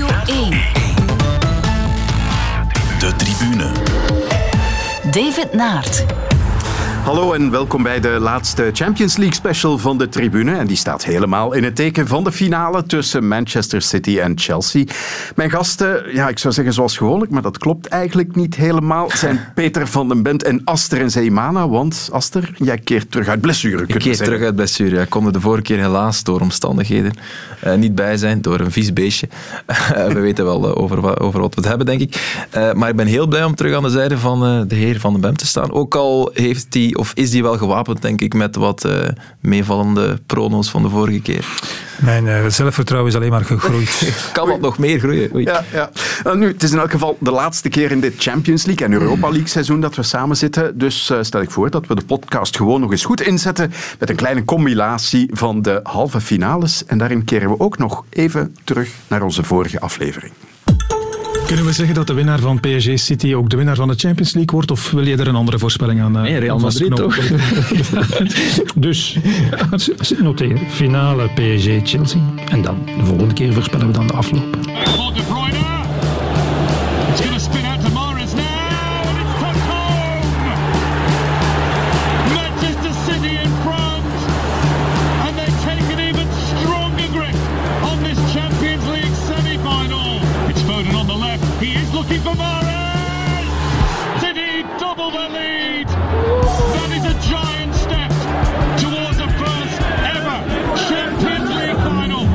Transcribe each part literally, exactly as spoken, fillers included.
Radio één. De Tribune. David Naert. Hallo en welkom bij de laatste Champions League special van de Tribune. En die staat helemaal in het teken van de finale tussen Manchester City en Chelsea. Mijn gasten, ja, ik zou zeggen zoals gewoonlijk, maar dat klopt eigenlijk niet helemaal, zijn Peter van den Bent en Aster en Zeymana. Want Aster, jij keert terug uit blessure. Ik keer terug uit blessure. Ik kon er de vorige keer helaas door omstandigheden uh, niet bij zijn, door een vies beestje. Uh, we weten wel uh, over, wa- over wat we het hebben, denk ik. Uh, maar ik ben heel blij om terug aan de zijde van uh, de heer Van den Bent te staan. Ook al heeft hij of is die wel gewapend, denk ik, met wat uh, meevallende prono's van de vorige keer. Mijn uh, zelfvertrouwen is alleen maar gegroeid. Kan wat nog meer groeien? Oei. Ja, ja. Uh, nu, het is in elk geval de laatste keer in dit Champions League en Europa League seizoen dat we samen zitten. Dus uh, stel ik voor dat we de podcast gewoon nog eens goed inzetten met een kleine compilatie van de halve finales. En daarin keren we ook nog even terug naar onze vorige aflevering. Kunnen we zeggen dat de winnaar van P S G City ook de winnaar van de Champions League wordt? Of wil je er een andere voorspelling aan? Uh, nee, Real Madrid toch? Dus, noteer. Finale P S G Chelsea. En dan, de volgende keer voorspellen we dan de afloop. Looking for Mahrez! City double the lead! That is a giant step towards the first ever Champions League final!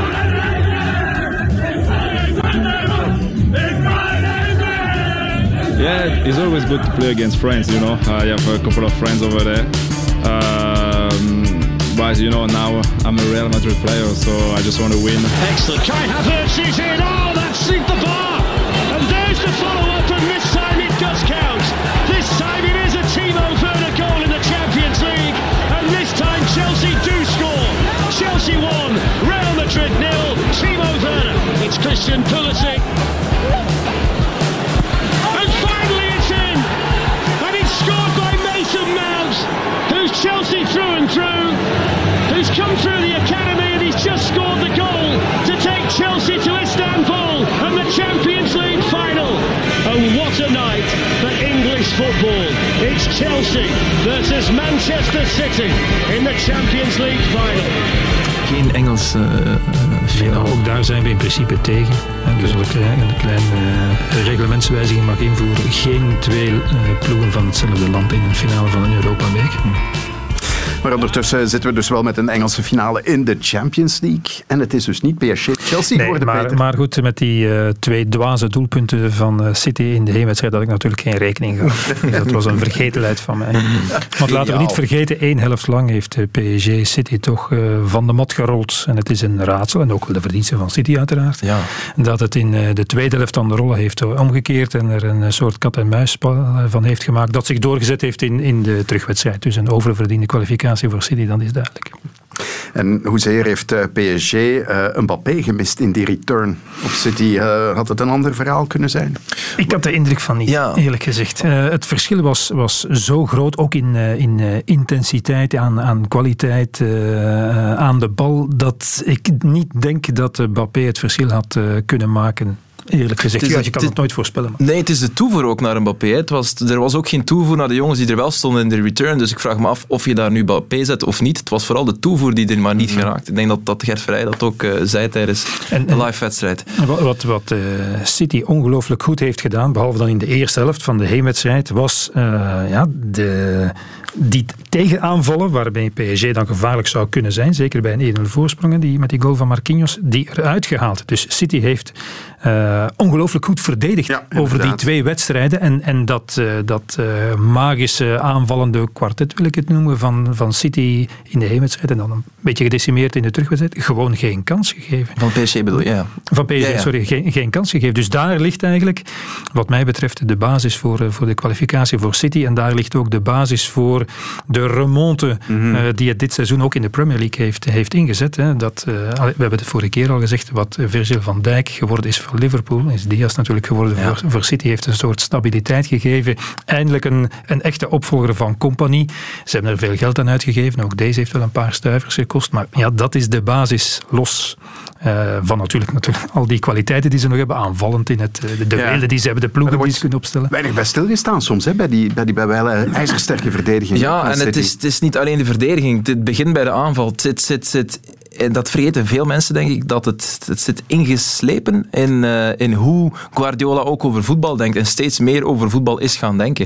Yeah, it's always good to play against friends, you know. I have a couple of friends over there. Um, but, you know, now I'm a Real Madrid player, so I just want to win. Excellent. Kai Havertz is in! Oh, that's sink the bar! And there's the follow-up, and this time it does count. This time it is a Timo Werner goal in the Champions League, and this time Chelsea do score. Chelsea won, Real Madrid nil, Timo Werner. It's Christian Pulisic. And finally it's in, and it's scored by Mason Mount, who's Chelsea through and through, who's come through the academy, and he's just scored the goal to take Chelsea to Istanbul and the Champions League final. And what a night for English football. It's Chelsea versus Manchester City in the Champions League final. Geen Engels uh, finale. Ja, ook daar zijn we in principe tegen. En dus een kleine, een kleine uh, reglementswijziging mag invoeren. Geen twee uh, ploegen van hetzelfde land in een finale van een Europa League. Hm. Maar ondertussen zitten we dus wel met een Engelse finale in de Champions League. En het is dus niet P S G-Chelsea nee, geworden, maar, Peter. maar goed, met die uh, twee dwaze doelpunten van uh, City in de heenwedstrijd had ik natuurlijk geen rekening gehouden. Dat was een vergetelheid van mij. Want laten we niet vergeten, één helft lang heeft uh, P S G City toch uh, van de mat gerold. En het is een raadsel, en ook wel de verdienste van City uiteraard, ja. dat het in uh, de tweede helft aan de rollen heeft uh, omgekeerd en er een uh, soort kat-en-muisspel uh, van heeft gemaakt, dat zich doorgezet heeft in, in de terugwedstrijd. Dus een oververdiende kwalificatie voor City, dat is duidelijk. En hoezeer heeft uh, P S G uh, Mbappé gemist in die return op City? Uh, had het een ander verhaal kunnen zijn? Ik had de indruk van niet, ja. eerlijk gezegd. Uh, het verschil was, was zo groot, ook in, uh, in uh, intensiteit, aan, aan kwaliteit, uh, aan de bal, dat ik niet denk dat Mbappé het verschil had uh, kunnen maken. Eerlijk gezegd, het is, ja, je kan het, het nooit voorspellen. Maar. Nee, het is de toevoer ook naar Mbappé. Het was, er was ook geen toevoer naar de jongens die er wel stonden in de return. Dus ik vraag me af of je daar nu Mbappé zet of niet. Het was vooral de toevoer die er maar niet mm-hmm. geraakt. Ik denk dat, dat Gert Verheij dat ook uh, zei tijdens en, de live wedstrijd. Wat, wat, wat uh, City ongelooflijk goed heeft gedaan, behalve dan in de eerste helft van de heenwedstrijd, was uh, ja, de... die tegenaanvallen, waarbij P S G dan gevaarlijk zou kunnen zijn, zeker bij een één nul voorsprong, die, met die goal van Marquinhos, die eruit gehaald. Dus City heeft uh, ongelooflijk goed verdedigd ja, over die twee wedstrijden. En, en dat, uh, dat uh, magische aanvallende kwartet, wil ik het noemen, van, van City in de heenwedstrijd en dan een beetje gedecimeerd in de terugwedstrijd, gewoon geen kans gegeven. Van P S G bedoel je? Ja. Van P S G, ja, ja. sorry, geen, geen kans gegeven. Dus daar ligt eigenlijk, wat mij betreft, de basis voor, voor de kwalificatie voor City. En daar ligt ook de basis voor de remonte mm-hmm. uh, die het dit seizoen ook in de Premier League heeft, heeft ingezet. Hè. Dat, uh, we hebben het vorige keer al gezegd, wat Virgil van Dijk geworden is voor Liverpool, is Diaz natuurlijk geworden ja. voor, voor City, heeft een soort stabiliteit gegeven. Eindelijk een, een echte opvolger van Kompany. Ze hebben er veel geld aan uitgegeven, ook deze heeft wel een paar stuivers gekost, maar ja, dat is de basis los Uh, van natuurlijk, natuurlijk al die kwaliteiten die ze nog hebben, aanvallend in het, de duellen ja. die ze hebben, de ploegen die ze kunnen opstellen. Weinig bij stilgestaan soms, hè, bij die, bij die bij wel ijzersterke verdediging. Ja, en het is, het is niet alleen de verdediging. Het begint bij de aanval. Het zit, zit, zit, en dat vergeten veel mensen, denk ik, dat het, het zit ingeslepen in, uh, in hoe Guardiola ook over voetbal denkt en steeds meer over voetbal is gaan denken.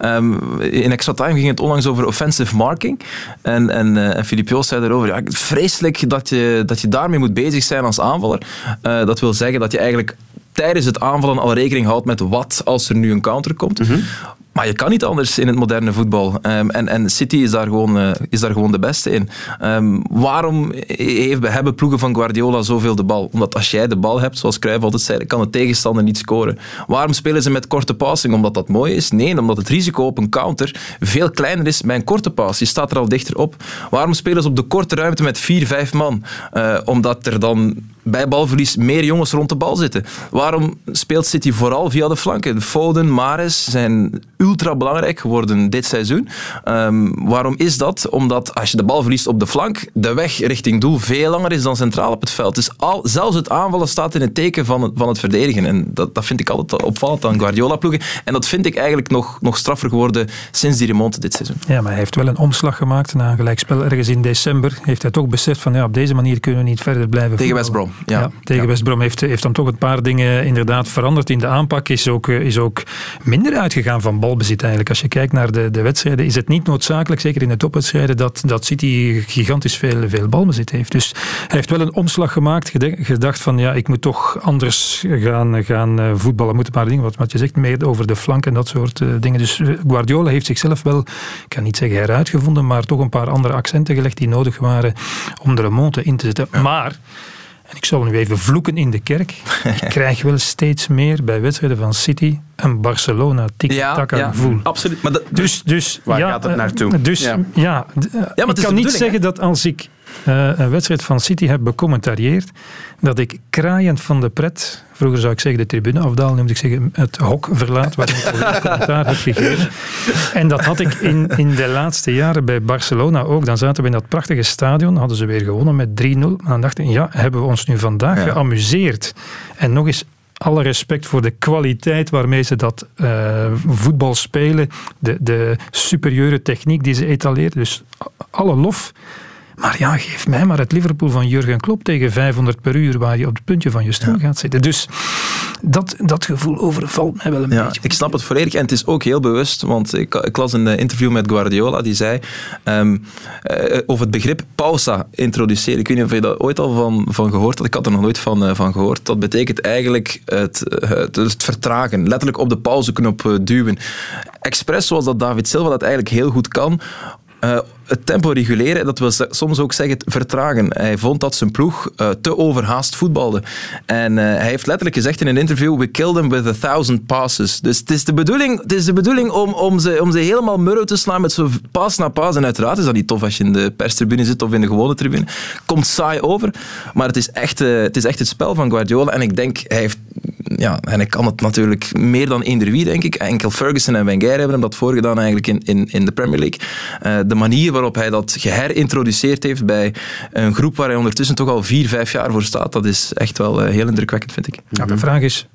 Um, in Extra Time ging het onlangs over offensive marking. En, en, uh, en Filip Joos zei erover, ja, vreselijk dat je, dat je daarmee moet bezig zijn als aanvaller. Uh, dat wil zeggen dat je eigenlijk tijdens het aanvallen al rekening houdt met wat als er nu een counter komt. Mm-hmm. Maar je kan niet anders in het moderne voetbal. Um, en, en City is daar, gewoon, uh, is daar gewoon de beste in. Um, waarom heeft, hebben ploegen van Guardiola zoveel de bal? Omdat als jij de bal hebt, zoals Cruijff altijd zei, kan de tegenstander niet scoren. Waarom spelen ze met korte passing? Omdat dat mooi is? Nee, omdat het risico op een counter veel kleiner is bij een korte pass. Je staat er al dichter op. Waarom spelen ze op de korte ruimte met vier, vijf man? Uh, omdat er dan bij balverlies meer jongens rond de bal zitten. Waarom speelt City vooral via de flanken? Foden, Mahrez zijn ultra belangrijk geworden dit seizoen. Um, waarom is dat? Omdat als je de bal verliest op de flank, de weg richting doel veel langer is dan centraal op het veld. Dus al, zelfs het aanvallen staat in het teken van het, van het verdedigen. En dat, dat vind ik altijd opvallend aan Guardiola-ploegen. En dat vind ik eigenlijk nog, nog straffer geworden sinds die remonte dit seizoen. Ja, maar hij heeft wel een omslag gemaakt na een gelijkspel ergens in december. Heeft hij toch beseft van ja, op deze manier kunnen we niet verder blijven tegen West Brom. Ja. Ja, tegen ja. West Brom heeft, heeft dan toch een paar dingen inderdaad veranderd. In de aanpak is ook, is ook minder uitgegaan van balbezit eigenlijk. Als je kijkt naar de, de wedstrijden, is het niet noodzakelijk, zeker in de topwedstrijden, dat, dat City gigantisch veel, veel balbezit heeft. Dus hij heeft wel een omslag gemaakt, gedacht van ja, ik moet toch anders gaan, gaan voetballen. Moet een paar dingen, wat, wat je zegt, meer over de flank en dat soort uh, dingen. Dus Guardiola heeft zichzelf wel, ik kan niet zeggen heruitgevonden, maar toch een paar andere accenten gelegd die nodig waren om de remonte in te zetten. Ja. Maar en ik zal nu even vloeken in de kerk. Ik krijg wel steeds meer bij wedstrijden van City een Barcelona tiki-taka ja, gevoel. Ja, absoluut. Maar dat, dus, dus, waar ja, gaat het naartoe? Dus, ja. Ja, ja, ik kan niet zeggen dat als ik uh, een wedstrijd van City heb becommentarieerd, dat ik kraaiend van de pret, vroeger zou ik zeggen de tribune afdalen, nu moet ik zeggen het hok verlaat, waar ik een commentaar heb gegeven. En dat had ik in, in de laatste jaren bij Barcelona ook. Dan zaten we in dat prachtige stadion, hadden ze weer gewonnen met drie nul. En dan dacht ik, ja, hebben we ons nu vandaag ja. geamuseerd? En nog eens, alle respect voor de kwaliteit waarmee ze dat uh, voetbal spelen, de, de superieure techniek die ze etaleren. Dus alle lof. Maar ja, geef mij maar het Liverpool van Jurgen Klopp tegen vijfhonderd per uur waar je op het puntje van je stoel ja. gaat zitten. Dus dat, dat gevoel overvalt mij wel een ja, beetje. Ik snap het volledig en het is ook heel bewust, want ik, ik las een interview met Guardiola die zei um, uh, over het begrip pausa introduceren. Ik weet niet of je dat ooit al van, van gehoord had. Ik had er nog nooit van, uh, van gehoord. Dat betekent eigenlijk het, het, het vertragen. Letterlijk op de pauzeknop uh, duwen. Expres, zoals dat David Silva dat eigenlijk heel goed kan, Uh, het tempo reguleren, dat wil soms ook zeggen het vertragen. Hij vond dat zijn ploeg uh, te overhaast voetbalde. En uh, hij heeft letterlijk gezegd in een interview, we killed them with a thousand passes. Dus het is de bedoeling, het is de bedoeling om, om, ze, om ze helemaal murro te slaan met zo pas na pas. En uiteraard is dat niet tof als je in de perstribune zit of in de gewone tribune. Komt saai over, maar het is echt, uh, het is echt het spel van Guardiola. En ik denk, hij heeft ja, en hij kan het natuurlijk meer dan eender wie, denk ik. Enkel Ferguson en Wenger hebben hem dat voorgedaan eigenlijk in, in, in de Premier League. Uh, de manier waarop hij dat geherintroduceerd heeft bij een groep waar hij ondertussen toch al vier, vijf jaar voor staat, dat is echt wel uh, heel indrukwekkend, vind ik. Ja, de vraag is,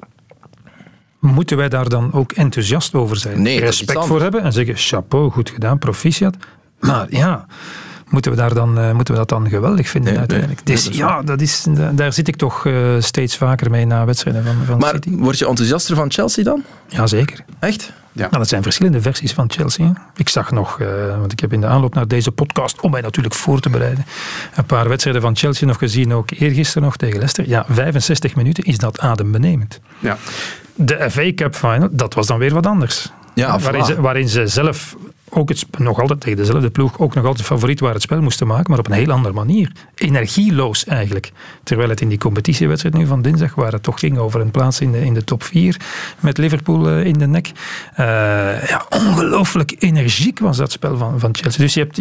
moeten wij daar dan ook enthousiast over zijn? Nee, respect voor hebben en zeggen, chapeau, goed gedaan, proficiat. Maar ja, moeten we, daar dan, uh, moeten we dat dan geweldig vinden nee, uiteindelijk? Nee, dus dat ja, dat is, daar zit ik toch uh, steeds vaker mee na wedstrijden van, van maar City. Maar word je enthousiaster van Chelsea dan? Jazeker. Echt? Ja. Nou, dat zijn verschillende versies van Chelsea. Ik zag nog, uh, want ik heb in de aanloop naar deze podcast, om mij natuurlijk voor te bereiden, een paar wedstrijden van Chelsea nog gezien, ook eergisteren nog tegen Leicester. Ja, vijfenzestig minuten is dat adembenemend. Ja. De F A Cup Final, dat was dan weer wat anders. Ja, waarin, ze, waarin ze zelf ook het, nog altijd tegen dezelfde ploeg, ook nog altijd favoriet waar het spel moesten maken, maar op een heel andere manier. Energieloos eigenlijk. Terwijl het in die competitiewedstrijd nu van dinsdag, waar het toch ging over een plaats in de, in de top vier, met Liverpool uh, in de nek. Uh, ja, ongelooflijk energiek was dat spel van, van Chelsea. Dus je hebt, je hebt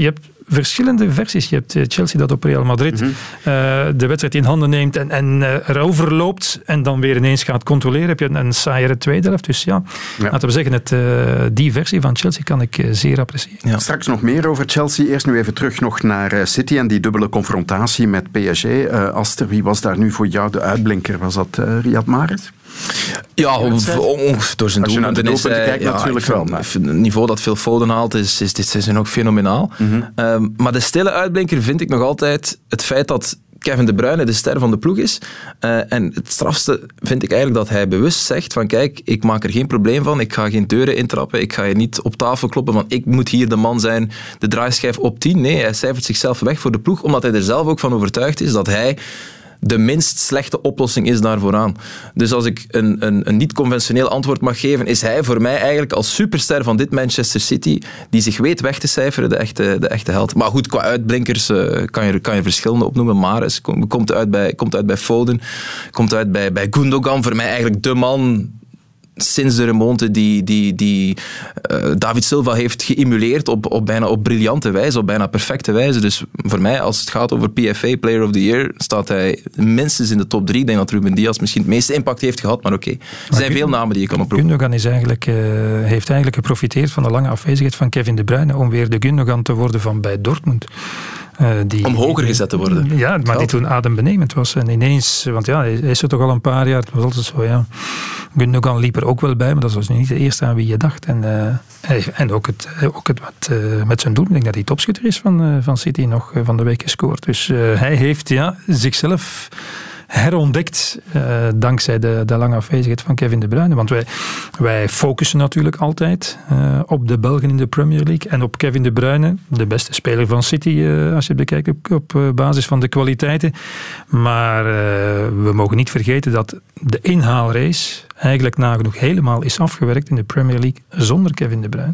verschillende versies. Je hebt uh, Chelsea dat op Real Madrid mm-hmm. uh, de wedstrijd in handen neemt en, en uh, erover loopt en dan weer ineens gaat controleren. Heb je een, een saaiere tweede helft. Dus ja, ja, laten we zeggen, het, uh, die versie van Chelsea kan ik uh, zeer appreciëren. Ja. Straks nog meer over Chelsea. Eerst nu even terug nog naar uh, City en die dubbele confrontatie met P S G. Uh, Aster, wie was daar nu voor jou de uitblinker? Was dat uh, Riyad Mahrez? Ja, on, on, door zijn doelpunten is hij... kijkt ja, natuurlijk wel. Het niveau dat Phil Foden haalt is, is dit seizoen ook fenomenaal. Mm-hmm. Um, maar de stille uitblinker vind ik nog altijd het feit dat Kevin De Bruyne de ster van de ploeg is. Uh, en het strafste vind ik eigenlijk dat hij bewust zegt van kijk, ik maak er geen probleem van, ik ga geen deuren intrappen, ik ga je niet op tafel kloppen van ik moet hier de man zijn, de draaischijf op tien. Nee, hij cijfert zichzelf weg voor de ploeg, omdat hij er zelf ook van overtuigd is dat hij de minst slechte oplossing is daar vooraan. Dus als ik een, een, een niet-conventioneel antwoord mag geven, is hij voor mij eigenlijk als superster van dit Manchester City, die zich weet weg te cijferen, de echte, de echte held. Maar goed, qua uitblinkers uh, kan, je, kan je verschillende opnoemen. Mahrez kom, komt, uit bij, komt uit bij Foden, komt uit bij, bij Gundogan. Voor mij eigenlijk de man sinds de remonte die, die, die uh, David Silva heeft geëmuleerd op, op bijna op briljante wijze, op bijna perfecte wijze. Dus voor mij, als het gaat over P F A, Player of the Year, staat hij minstens in de top drie. Ik denk dat Ruben Dias misschien het meeste impact heeft gehad, maar oké. Okay. Er zijn veel namen die je kan oproepen. Gundogan is eigenlijk, uh, heeft eigenlijk geprofiteerd van de lange afwezigheid van Kevin De Bruyne om weer de Gundogan te worden van bij Dortmund. Uh, die, om hoger gezet te worden. Ja, maar die toen adembenemend was. En ineens, want ja, hij is er toch al een paar jaar, het was altijd zo, ja. Gundogan liep er ook wel bij, maar dat was niet de eerste aan wie je dacht. En, uh, en ook het, ook het wat, uh, met zijn doel, ik denk dat hij topschutter is van, uh, van City nog uh, van de week gescoord. Dus uh, hij heeft ja, zichzelf herontdekt uh, dankzij de, de lange afwezigheid van Kevin De Bruyne. Want wij, wij focussen natuurlijk altijd uh, op de Belgen in de Premier League en op Kevin De Bruyne, de beste speler van City, uh, als je het bekijkt op, op uh, basis van de kwaliteiten. Maar uh, we mogen niet vergeten dat de inhaalrace eigenlijk nagenoeg helemaal is afgewerkt in de Premier League zonder Kevin De Bruyne.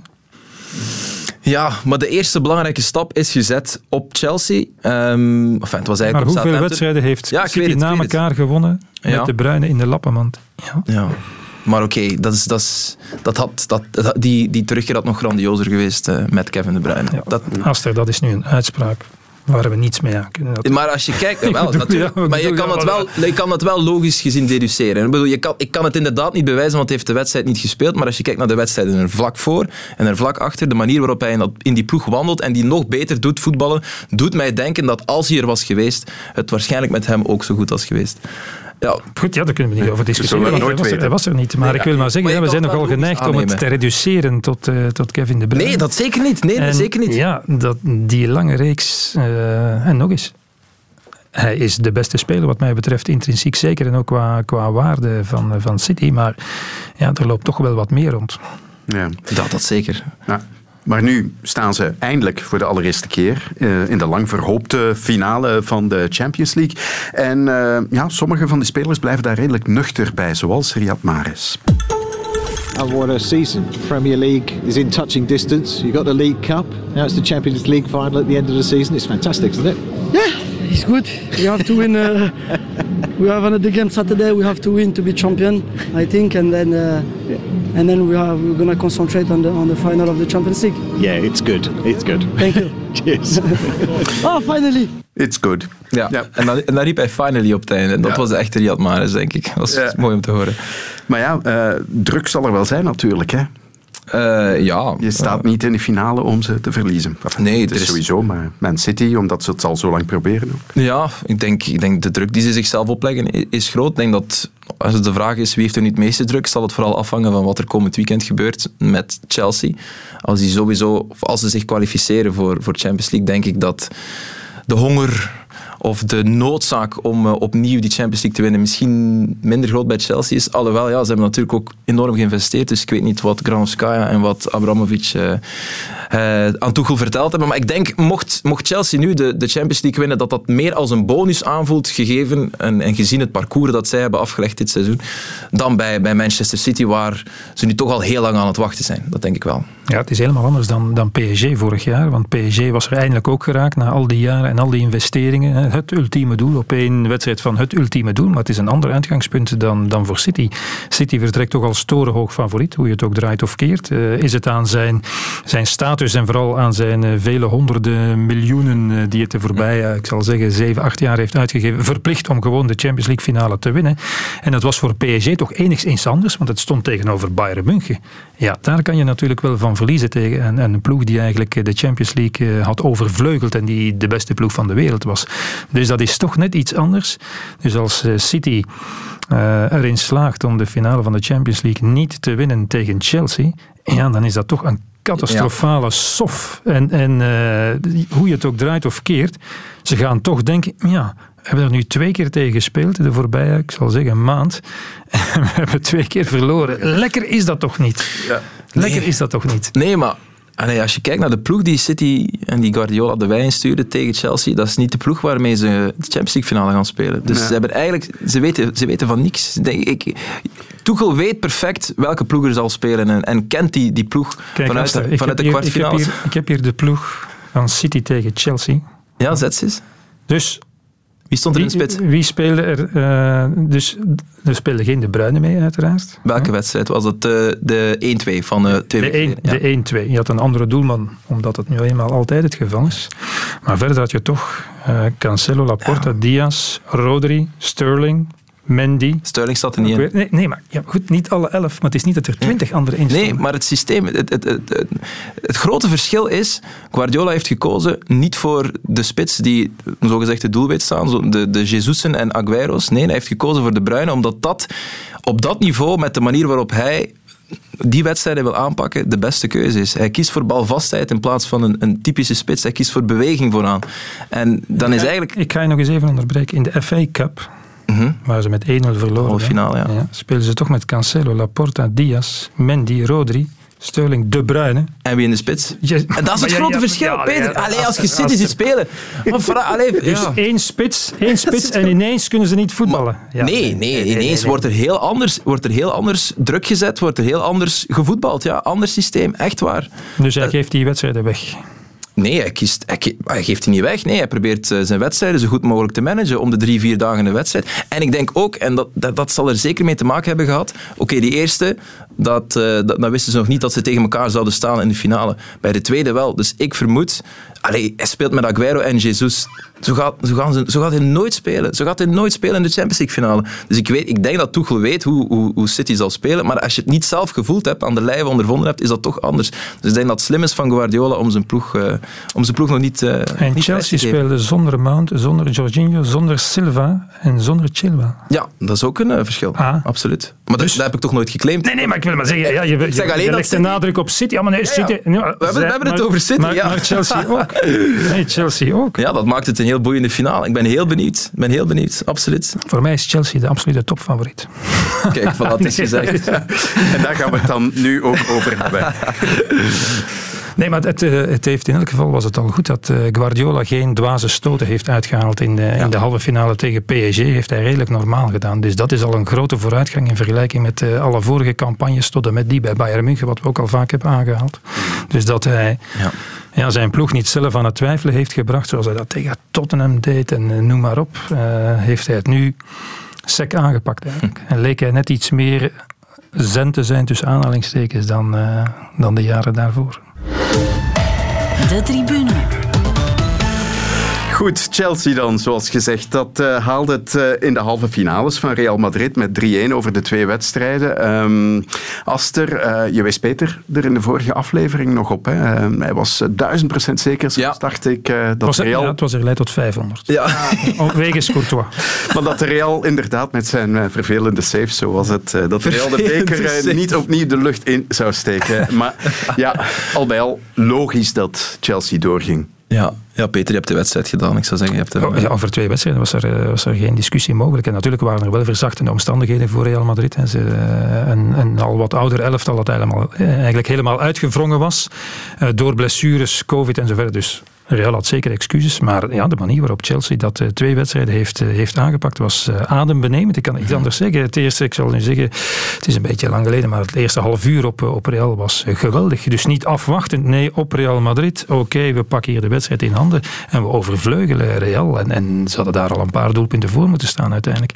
Ja, maar de eerste belangrijke stap is gezet op Chelsea. Um, enfin, het was eigenlijk maar hoeveel wedstrijden heeft ja, City het, na elkaar het. gewonnen met ja. De Bruyne in de lappenmand? Ja. ja. Maar oké, okay, dat is, dat is, dat had, dat, dat, die, die terugkeer had nog grandiozer geweest uh, met Kevin De Bruyne. Ja. Dat, Aster, dat is nu een uitspraak waar we niets mee aan kunnen. Dat... Maar als je kijkt, wel, bedoel, natuurlijk, ja, maar je kan, het wel, je kan het wel logisch gezien deduceren. Ik, bedoel, je kan, ik kan het inderdaad niet bewijzen, want hij heeft de wedstrijd niet gespeeld, maar als je kijkt naar de wedstrijden er vlak voor en er vlak achter, de manier waarop hij in, dat, in die ploeg wandelt en die nog beter doet voetballen, doet mij denken dat als hij er was geweest, het waarschijnlijk met hem ook zo goed was geweest. Ja. Goed, ja, daar kunnen we niet over discussiëren. Hij was, er, was er niet. Maar nee, ik wil maar zeggen, maar ja, we zijn nogal geneigd aannemen. om het te reduceren tot, uh, tot Kevin De Bruyne. Nee, dat zeker niet. Nee, en, zeker niet. Ja, dat, die lange reeks. Uh, en nog eens. Hij is de beste speler wat mij betreft, intrinsiek zeker en ook qua, qua waarde van, van City. Maar ja, er loopt toch wel wat meer rond. Ja. Dat, dat zeker. Ja. Maar nu staan ze eindelijk voor de allereerste keer uh, in de lang verhoopte finale van de Champions League. En uh, ja, sommige van die spelers blijven daar redelijk nuchter bij, zoals Riyad Mahrez. And what a season. Premier League is in touching distance. You got the League Cup. Now it's the Champions League final at the end of the season. It's fantastic, isn't it? Yeah, it's good. We have to win. Uh, we have another game Saturday. We have to win to be champion, I think, and then uh, and then we are we're gonna concentrate on the on the final of the Champions League. Yeah, it's good. It's good. Thank you. Cheers. Oh, finally. It's good. Ja, ja. En, dan, en dan riep hij finally op het einde. En dat ja. was de echte Riyad Mahrez, denk ik. Dat was ja. mooi om te horen. Maar ja, uh, druk zal er wel zijn natuurlijk, hè? Uh, ja. Je staat uh, niet in de finale om ze te verliezen. Enfin, nee, het is, is sowieso, maar Man City, omdat ze het al zo lang proberen ook. Ja, ik denk, ik denk de druk die ze zichzelf opleggen is groot. Ik denk dat, als het de vraag is wie heeft er niet het meeste druk, zal het vooral afhangen van wat er komend weekend gebeurt met Chelsea. Als die sowieso, of als ze zich kwalificeren voor, voor Champions League, denk ik dat de honger of de noodzaak om uh, opnieuw die Champions League te winnen misschien minder groot bij Chelsea is. Alhoewel, ja, ze hebben natuurlijk ook enorm geïnvesteerd. Dus ik weet niet wat Granovskaya en wat Abramovich uh, uh, aan Tuchel verteld hebben. Maar ik denk, mocht, mocht Chelsea nu de, de Champions League winnen, dat dat meer als een bonus aanvoelt, gegeven en, en gezien het parcours dat zij hebben afgelegd dit seizoen, dan bij, bij Manchester City, waar ze nu toch al heel lang aan het wachten zijn. Dat denk ik wel. Ja, het is helemaal anders dan, dan P S G vorig jaar. Want P S G was er eindelijk ook geraakt na al die jaren en al die investeringen. Het ultieme doel, op één wedstrijd van het ultieme doel. Maar het is een ander uitgangspunt dan, dan voor City. City vertrekt toch als torenhoog favoriet, hoe je het ook draait of keert. Uh, is het aan zijn, zijn status status en vooral aan zijn uh, vele honderden miljoenen uh, die het de voorbije, uh, ik zal zeggen, zeven, acht jaar heeft uitgegeven, verplicht om gewoon de Champions League finale te winnen. En dat was voor P S G toch enigszins anders, want het stond tegenover Bayern München. Ja, daar kan je natuurlijk wel van verliezen tegen een, een ploeg die eigenlijk de Champions League uh, had overvleugeld en die de beste ploeg van de wereld was. Dus dat is toch net iets anders. Dus als uh, City uh, erin slaagt om de finale van de Champions League niet te winnen tegen Chelsea, ja, dan is dat toch een catastrofale ja. sof. En, en uh, hoe je het ook draait of keert, ze gaan toch denken, ja, we hebben er nu twee keer tegen gespeeld, de voorbije, ik zal zeggen, maand. En we hebben twee keer verloren. Lekker is dat toch niet? Ja. Lekker nee. is dat toch niet? Nee, maar allee, als je kijkt naar de ploeg die City en die Guardiola de wei instuurde tegen Chelsea, dat is niet de ploeg waarmee ze de Champions League finale gaan spelen. Dus nee. ze, hebben eigenlijk, ze, weten, ze weten van niks. Denk ik, Tuchel weet perfect welke ploeg er zal spelen en, en kent die, die ploeg Kijk, vanuit, de, vanuit de hier, kwartfinales. Ik heb, hier, ik heb hier de ploeg van City tegen Chelsea. Ja, zet ze eens. Dus wie stond er in de spits? Wie speelde er? Uh, dus er speelde geen De Bruyne mee, uiteraard. Welke ja. wedstrijd was het? Uh, de één-twee van uh, twee de weken ja. De één-twee. Je had een andere doelman, omdat het nu eenmaal altijd het geval is. Maar verder had je toch uh, Cancelo, Laporta, ja. Diaz, Rodri, Sterling, Mendy. Sterling staat er niet in. Nee, nee maar ja, goed, niet alle elf, maar het is niet dat er twintig nee. andere in staan. Nee, maar het systeem, het, het, het, het, het grote verschil is, Guardiola heeft gekozen niet voor de spits die zogezegd de doelwit staan, de, de Jesusen en Aguero's. Nee, hij heeft gekozen voor De Bruyne, omdat dat op dat niveau, met de manier waarop hij die wedstrijden wil aanpakken, de beste keuze is. Hij kiest voor balvastheid in plaats van een, een typische spits. Hij kiest voor beweging vooraan. En dan is eigenlijk... Ik ga je nog eens even onderbreken. In de F A Cup, mm-hmm. waar ze met één-nul verloren, finale, ja. Ja, spelen ze toch met Cancelo, Laporta, Diaz, Mendy, Rodri, Sterling, De Bruyne. En wie in de spits? Yes. En dat is het ja, grote ja, verschil, ja, Peter. Ja, allee, als je City ziet spelen. Allee, dus ja. één spits, één spits en ineens kunnen ze niet voetballen. Ja. Nee, nee, nee, ineens nee, nee. Wordt, er heel anders, wordt er heel anders druk gezet, wordt er heel anders gevoetbald. Ja, ander systeem, echt waar. Dus hij uh, geeft die wedstrijden weg. Nee, hij, kiest, hij, hij geeft die niet weg. Nee, hij probeert uh, zijn wedstrijden zo goed mogelijk te managen om de drie, vier dagen een wedstrijd. En ik denk ook, en dat, dat, dat zal er zeker mee te maken hebben gehad, oké, okay, die eerste, dat, uh, dat, dat wisten ze nog niet dat ze tegen elkaar zouden staan in de finale. Bij de tweede wel. Dus ik vermoed, allee, hij speelt met Aguero en Jesus. Zo gaat, zo, gaan ze, zo gaat hij nooit spelen. Zo gaat hij nooit spelen in de Champions League finale. Dus ik, weet, ik denk dat Tuchel weet hoe, hoe, hoe City zal spelen, maar als je het niet zelf gevoeld hebt, aan de lijve ondervonden hebt, is dat toch anders. Dus ik denk dat het slim is van Guardiola om zijn ploeg, uh, om zijn ploeg nog niet uh, En niet Chelsea speelde zonder Mount, zonder Jorginho, zonder Silva en zonder Chilwell. Ja, dat is ook een uh, verschil. Ah. Absoluut. Maar dus, dat, dat heb ik toch nooit geclaimd. Nee, nee, maar ik wil maar zeggen, ja, je, je, zeg je, je legt de nadruk op City. Ja, maar nee, City, ja, ja. Ja, we, hebben, we hebben het over City, maar, ja. Maar Chelsea ook. Nee, Chelsea ook. Ja, dat maakt het een heel boeiende finale. Ik ben heel benieuwd. Ik ben heel benieuwd, absoluut. Voor mij is Chelsea de absolute topfavoriet. Kijk, van dat is gezegd. En daar gaan we het dan nu ook over hebben. Nee, maar het, het heeft in elk geval was het al goed dat Guardiola geen dwaze stoten heeft uitgehaald in de, ja. in de halve finale tegen P S G. Heeft hij redelijk normaal gedaan. Dus dat is al een grote vooruitgang in vergelijking met uh, alle vorige campagnes tot en met die bij Bayern München, wat we ook al vaak hebben aangehaald. Dus dat hij ja. Ja, zijn ploeg niet zelf aan het twijfelen heeft gebracht, zoals hij dat tegen Tottenham deed en uh, noem maar op, uh, heeft hij het nu sec aangepakt eigenlijk. Hm. En leek hij net iets meer zen te zijn tussen aanhalingstekens dan, uh, dan de jaren daarvoor. De tribune. Goed, Chelsea dan, zoals gezegd. Dat uh, haalde het uh, in de halve finales van Real Madrid met drie-een over de twee wedstrijden. Um, Aster, uh, je wees Peter er in de vorige aflevering nog op. Hè? Uh, hij was duizend procent zeker, zo ja. dacht ik. Uh, dat was er, Real... ja, het was er geleid tot vijfhonderd. Ja. Wegens Courtois. Maar dat de Real inderdaad met zijn uh, vervelende saves, zo was het, uh, dat de Real de beker uh, niet opnieuw de lucht in zou steken. Maar ja, al bij al logisch dat Chelsea doorging. Ja, ja, Peter, je hebt de wedstrijd gedaan. Ik zou zeggen, je hebt hem, oh, ja, over twee wedstrijden was er, was er geen discussie mogelijk. En natuurlijk waren er wel verzachtende omstandigheden voor Real Madrid. En ze, een, een al wat ouder elftal dat helemaal, eigenlijk helemaal uitgewrongen was. Door blessures, covid en zo verder. Dus Real had zeker excuses. Maar ja, de manier waarop Chelsea dat uh, twee wedstrijden heeft, uh, heeft aangepakt was uh, adembenemend. Ik kan niet anders zeggen. Het eerste, ik zal nu zeggen, het is een beetje lang geleden, maar het eerste half uur op, op Real was uh, geweldig. Dus niet afwachtend, nee, op Real Madrid. Oké, okay, we pakken hier de wedstrijd in handen en we overvleugelen Real. En, en ze hadden daar al een paar doelpunten voor moeten staan uiteindelijk.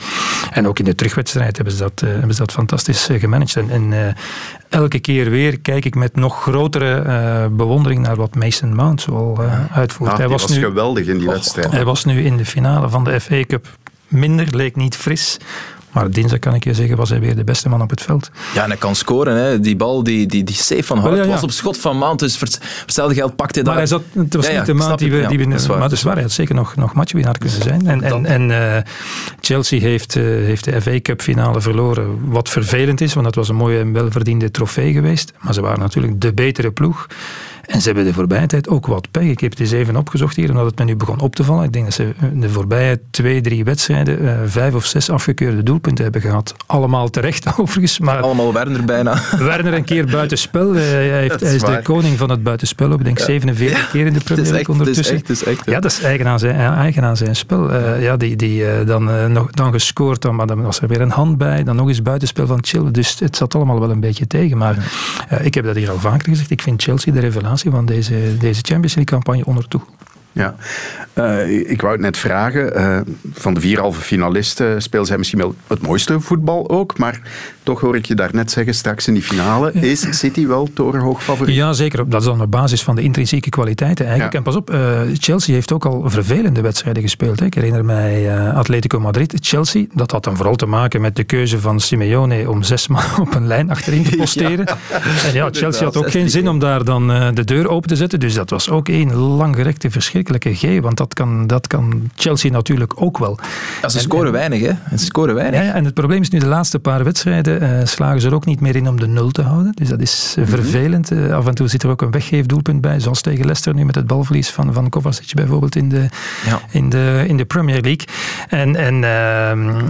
En ook in de terugwedstrijd hebben ze dat, uh, hebben ze dat fantastisch uh, gemanaged. En, en uh, elke keer weer kijk ik met nog grotere uh, bewondering naar wat Mason Mount zoal uh, uitvoert. Ah, hij was, was nu, geweldig in die oh, wedstrijd. Hij was nu in de finale van de F A Cup minder, leek niet fris. Maar dinsdag kan ik je zeggen, was hij weer de beste man op het veld. Ja, en hij kan scoren. Hè. Die bal, die, die, die save van Hart, ja, ja. was op schot van Mount. Dus voor hetzelfde geld pakte hij daar. Maar hij zat, het was ja, niet ja, de Mount die we... Ja, die we dat maar dat is waar, hij had zeker nog, nog matchwinnaar kunnen zijn. En, en, en uh, Chelsea heeft, uh, heeft de F A Cup finale verloren. Wat vervelend is, want dat was een mooie en welverdiende trofee geweest. Maar ze waren natuurlijk de betere ploeg. En ze hebben de voorbije tijd ook wat pech. Ik heb het eens even opgezocht hier, omdat het me nu begon op te vallen. Ik denk dat ze de voorbije twee, drie wedstrijden uh, vijf of zes afgekeurde doelpunten hebben gehad. Allemaal terecht overigens. Maar allemaal Werner bijna. Werner een keer buitenspel. Uh, hij, heeft, hij is waar. de koning van het buitenspel ook. Ik denk ja. zevenenveertig ja. keer in de Premier League ondertussen. Het is echt, het is echt, ja, dat is eigen aan zijn, eigen aan zijn spel. Uh, ja, die, die, uh, dan, uh, nog, dan gescoord, dan, maar dan was er weer een hand bij. Dan nog eens buitenspel van Chilwell. Dus het zat allemaal wel een beetje tegen. Maar uh, ik heb dat hier al vaker gezegd. Ik vind Chelsea de revelatie van deze, deze Champions League campagne onder toe. Ja, uh, ik wou het net vragen. Uh, van de vier halve finalisten speelden zij misschien wel het mooiste voetbal ook, maar toch hoor ik je daarnet zeggen, straks in die finale is City wel torenhoog favoriet. Ja, zeker. Dat is dan op basis van de intrinsieke kwaliteiten eigenlijk. Ja. En pas op, uh, Chelsea heeft ook al vervelende wedstrijden gespeeld. Hè. Ik herinner mij uh, Atletico Madrid. Chelsea, dat had dan vooral te maken met de keuze van Simeone om zes man op een lijn achterin te posteren. Ja. En ja, Chelsea had ook geen zin om daar dan uh, de deur open te zetten. Dus dat was ook één langgerekte verschrikkelijke G, want dat kan, dat kan Chelsea natuurlijk ook wel. Ja, ze scoren en, weinig, hè? Ze scoren weinig. Ja, ja, en het probleem is nu de laatste paar wedstrijden uh, slagen ze er ook niet meer in om de nul te houden. Dus dat is uh, mm-hmm. vervelend. Uh, af en toe zit er ook een weggeefdoelpunt bij, zoals tegen Leicester nu met het balverlies van, van Kovacic bijvoorbeeld in de, ja. in de, in de Premier League. En, en uh,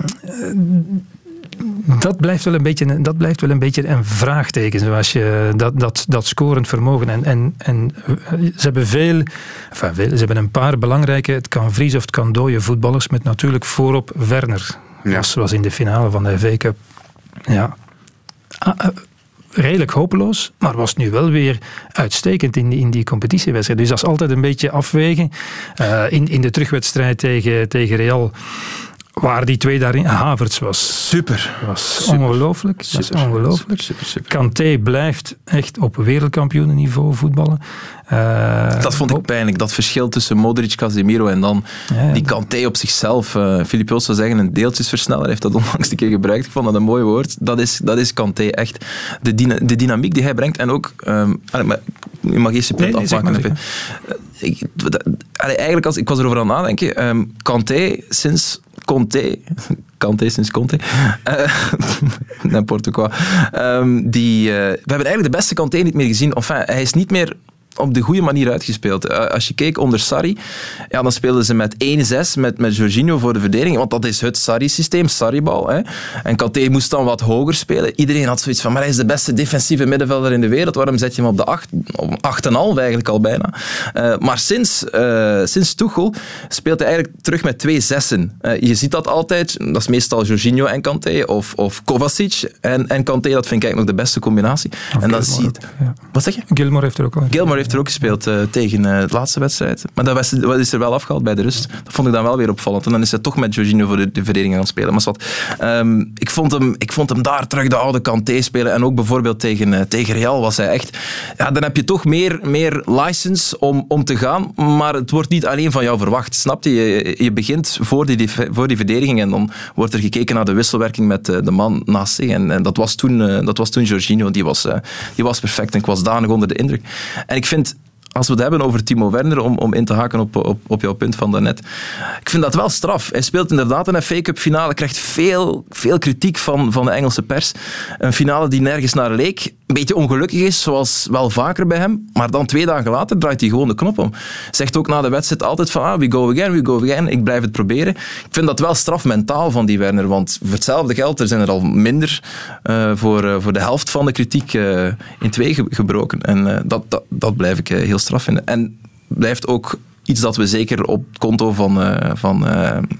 Dat blijft wel een beetje, dat blijft wel een beetje een vraagteken, zoals je dat, dat, dat scorend vermogen. En, en, en ze hebben veel, enfin veel, ze hebben een paar belangrijke, het kan Vries of het kan dooie voetballers, met natuurlijk voorop Werner. Ja. Was, was in de finale van de F A Cup. Ja. Ah, uh, redelijk hopeloos, maar was nu wel weer uitstekend in die, in die competitiewedstrijd. Dus dat is altijd een beetje afwegen. Uh, in, in de terugwedstrijd tegen, tegen Real waar die twee daarin... Havertz was... Super. Was super. Ongelooflijk. Super. Was ongelooflijk. Super, super, super. Kanté blijft echt op wereldkampioenenniveau voetballen. Uh, dat vond ik pijnlijk. Dat verschil tussen Modric, Casemiro en dan ja, ja, die Kanté op zichzelf. Uh, Filip Joos zou zeggen een deeltjesversneller. Heeft dat onlangs een keer gebruikt. Ik vond dat een mooi woord. Dat is, dat is Kanté echt. De, dyna, de dynamiek die hij brengt. En ook... Um, je mag eerst je punt nee, nee, afmaken. Maar, uh, ik, dat, eigenlijk, als, ik was erover aan het nadenken. Um, Kanté sinds... Conte, Kanté sinds Conte, uh, n'importe quoi. Um, die, uh, we hebben eigenlijk de beste Kanté niet meer gezien. Enfin, hij is niet meer op de goede manier uitgespeeld. Uh, als je keek onder Sarri, ja, dan speelden ze met één zes met, met Jorginho voor de verdediging, want dat is het Sarri-systeem, Sarri-bal. Hè. En Kanté moest dan wat hoger spelen. Iedereen had zoiets van, maar hij is de beste defensieve middenvelder in de wereld, waarom zet je hem op de acht, op acht komma vijf eigenlijk al bijna. Uh, maar sinds, uh, sinds Tuchel speelt hij eigenlijk terug met twee zessen. Uh, je ziet dat altijd, dat is meestal Jorginho en Kanté, of, of Kovacic en, en Kanté, dat vind ik eigenlijk nog de beste combinatie. Of en dan zie je... Ja. Wat zeg je? Gilmore heeft er ook al. Gilmore heeft er ook gespeeld uh, tegen uh, de laatste wedstrijd. Maar dat was, wat is er wel afgehaald bij de rust. Dat vond ik dan wel weer opvallend. En dan is hij toch met Jorginho voor de, de verdediging gaan spelen. Maar wat, um, ik, vond hem, ik vond hem daar terug de oude Kanté spelen. En ook bijvoorbeeld tegen, uh, tegen Real was hij echt... Ja, dan heb je toch meer, meer license om, om te gaan. Maar het wordt niet alleen van jou verwacht. Snap je? Je, je begint voor die, voor die verdediging en dan wordt er gekeken naar de wisselwerking met uh, de man naast zich. En, en dat, was toen, uh, dat was toen Jorginho. Die was, uh, die was perfect. En ik was danig onder de indruk. En ik vind... Als we het hebben over Timo Werner, om, om in te haken op, op, op jouw punt van daarnet. Ik vind dat wel straf. Hij speelt inderdaad een F A Cup finale, krijgt veel, veel kritiek van, van de Engelse pers. Een finale die nergens naar leek. Een beetje ongelukkig is, zoals wel vaker bij hem. Maar dan twee dagen later draait hij gewoon de knop om. Zegt ook na de wedstrijd altijd van, ah, we go again, we go again. Ik blijf het proberen. Ik vind dat wel straf mentaal van die Werner, want voor hetzelfde geld, er zijn er al minder uh, voor, uh, voor de helft van de kritiek uh, in twee ge- gebroken. En uh, dat, dat, dat blijf ik uh, heel straf vinden. En blijft ook iets dat we zeker op het konto van, uh, van uh,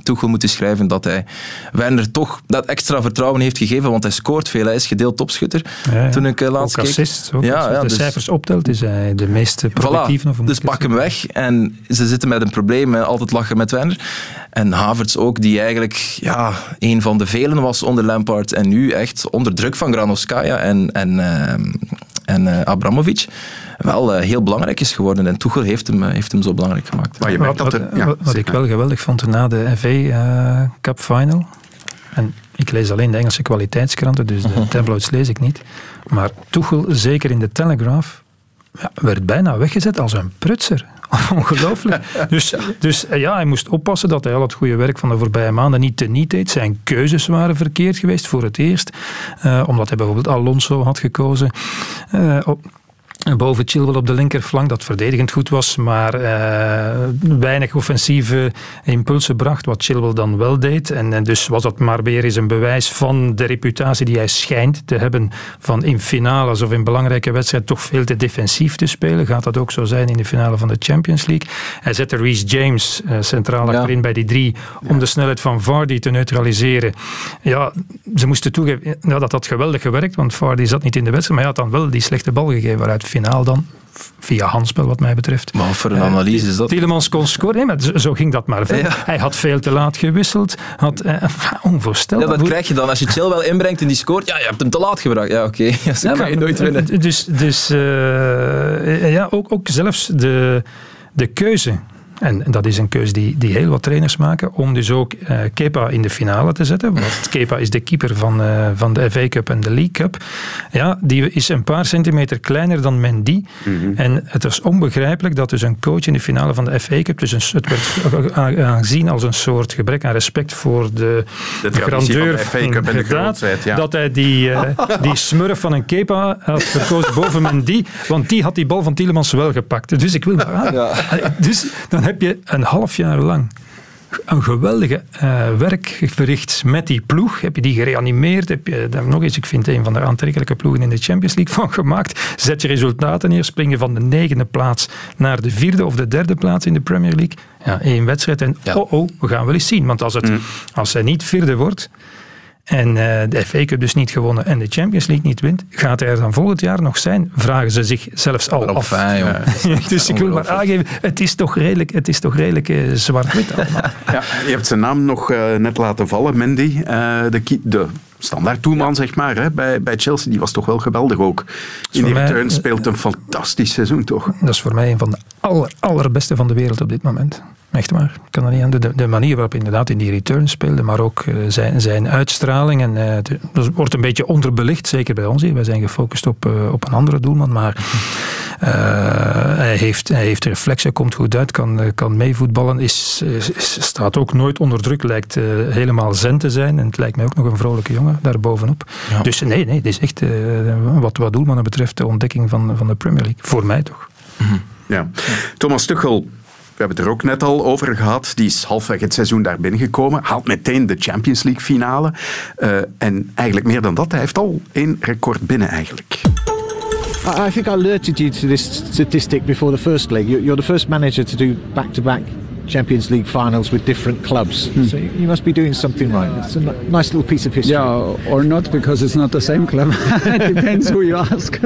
Tuchel moeten schrijven dat hij Werner toch dat extra vertrouwen heeft gegeven, want hij scoort veel. Hij is gedeeld topschutter. Ja, ja. Toen ik uh, laatst ook keek. Assist, ook. Ja, Als je ja, de dus, cijfers optelt, is hij de meest productieve. Voilà, dus pak hem weg. En ze zitten met een probleem, altijd lachen met Werner. En Havertz ook, die eigenlijk ja, een van de velen was onder Lampard en nu echt onder druk van Granovskaya en, en, uh, en uh, Abramovic wel uh, heel belangrijk is geworden. En Tuchel heeft hem, uh, heeft hem zo belangrijk gemaakt. Maar je merkt wat dat er, ja, wat, wat ik wel geweldig vond na de F A uh, Cup Final, en ik lees alleen de Engelse kwaliteitskranten, dus de tabloids lees ik niet, maar Tuchel, zeker in de Telegraph, ja, werd bijna weggezet als een prutser. Ongelooflijk. Dus, dus ja, hij moest oppassen dat hij al het goede werk van de voorbije maanden niet teniet deed. Zijn keuzes waren verkeerd geweest voor het eerst. Uh, omdat hij bijvoorbeeld Alonso had gekozen. Uh, op, boven Chilwell op de linkerflank, dat verdedigend goed was, maar uh, weinig offensieve impulsen bracht, wat Chilwell dan wel deed. En, en dus was dat maar weer eens een bewijs van de reputatie die hij schijnt te hebben van in finales of in belangrijke wedstrijden toch veel te defensief te spelen. Gaat dat ook zo zijn in de finale van de Champions League? Hij zette Reece James uh, centraal ja. achterin bij die drie om ja. de snelheid van Vardy te neutraliseren. Ja, ze moesten toegeven ja, dat had geweldig gewerkt, want Vardy zat niet in de wedstrijd, maar hij had dan wel die slechte bal gegeven waaruit finaal dan, via handspel wat mij betreft. Maar voor een analyse is dat... Tielemans kon scoren, nee, maar zo, zo ging dat maar verder. Ja. Hij had veel te laat gewisseld, had eh, onvoorstelbaar. Ja, dat krijg je dan. Als je Chilwell inbrengt en die scoort, ja, je hebt hem te laat gebracht. Ja, oké. Okay. Ja, zo ja, kan je nooit winnen. Dus, dus uh, ja, ook, ook zelfs de, de keuze. En dat is een keuze die, die heel wat trainers maken, om dus ook uh, Kepa in de finale te zetten. Want Kepa is de keeper van, uh, van de F A Cup en de League Cup. Ja, die is een paar centimeter kleiner dan Mendy. Mm-hmm. En het is onbegrijpelijk dat dus een coach in de finale van de F A Cup, dus een, het werd aangezien als een soort gebrek aan respect voor de, de grandeur van de F A Cup en de grootheid. Ja. Dat hij die, uh, die smurf van een Kepa had verkozen boven Mendy, want die had die bal van Tielemans wel gepakt. Dus ik wil maar ja. Dus dan heb je een half jaar lang een geweldige uh, werk verricht met die ploeg. Heb je die gereanimeerd? Heb je daar nog eens, ik vind een van de aantrekkelijke ploegen in de Champions League van gemaakt. Zet je resultaten neer, springen van de negende plaats naar de vierde of de derde plaats in de Premier League. Ja, één wedstrijd en ja. oh oh, we gaan wel eens zien. Want als, het, mm. als hij niet vierde wordt en uh, de F A Cup dus niet gewonnen en de Champions League niet wint, gaat hij er dan volgend jaar nog zijn? Vragen ze zich zelfs al af. Fijn, ja, dus ik wil maar aangeven, het is toch redelijk, het is toch redelijk uh, zwart-wit allemaal. Ja, je hebt zijn naam nog uh, net laten vallen, Mendy. Uh, de, de standaard toeman, ja. zeg maar, hè, bij, bij Chelsea. Die was toch wel geweldig ook. In die return speelt een fantastisch seizoen, toch? Dat is voor mij een van de aller, allerbeste van de wereld op dit moment. Echt waar. Ik kan er niet aan. De, de manier waarop hij inderdaad in die return speelde, maar ook uh, zijn, zijn uitstraling. En, uh, de, dat wordt een beetje onderbelicht, zeker bij ons hier. Wij zijn gefocust op, uh, op een andere doelman, maar uh, hij, heeft, hij heeft reflexen, komt goed uit, kan, kan meevoetballen, is, is, staat ook nooit onder druk, lijkt uh, helemaal zen te zijn. En het lijkt mij ook nog een vrolijke jongen daarbovenop. Ja. Dus nee, nee, dit is echt, uh, wat, wat doelmannen betreft, de ontdekking van, van de Premier League. Voor mij toch. Mm-hmm. Ja. Thomas Tuchel, we hebben het er ook net al over gehad. Die is halfweg het seizoen daar binnengekomen. Haalt meteen de Champions League finale. Uh, en eigenlijk meer dan dat. Hij heeft al één record binnen eigenlijk. I think I alerted you to this statistic before the first league. You're the first manager to do back-to-back Champions League finals with different clubs. Hmm. So you must be doing something right. It's a nice little piece of history. Yeah, or not, because it's not the same club. It depends who you ask.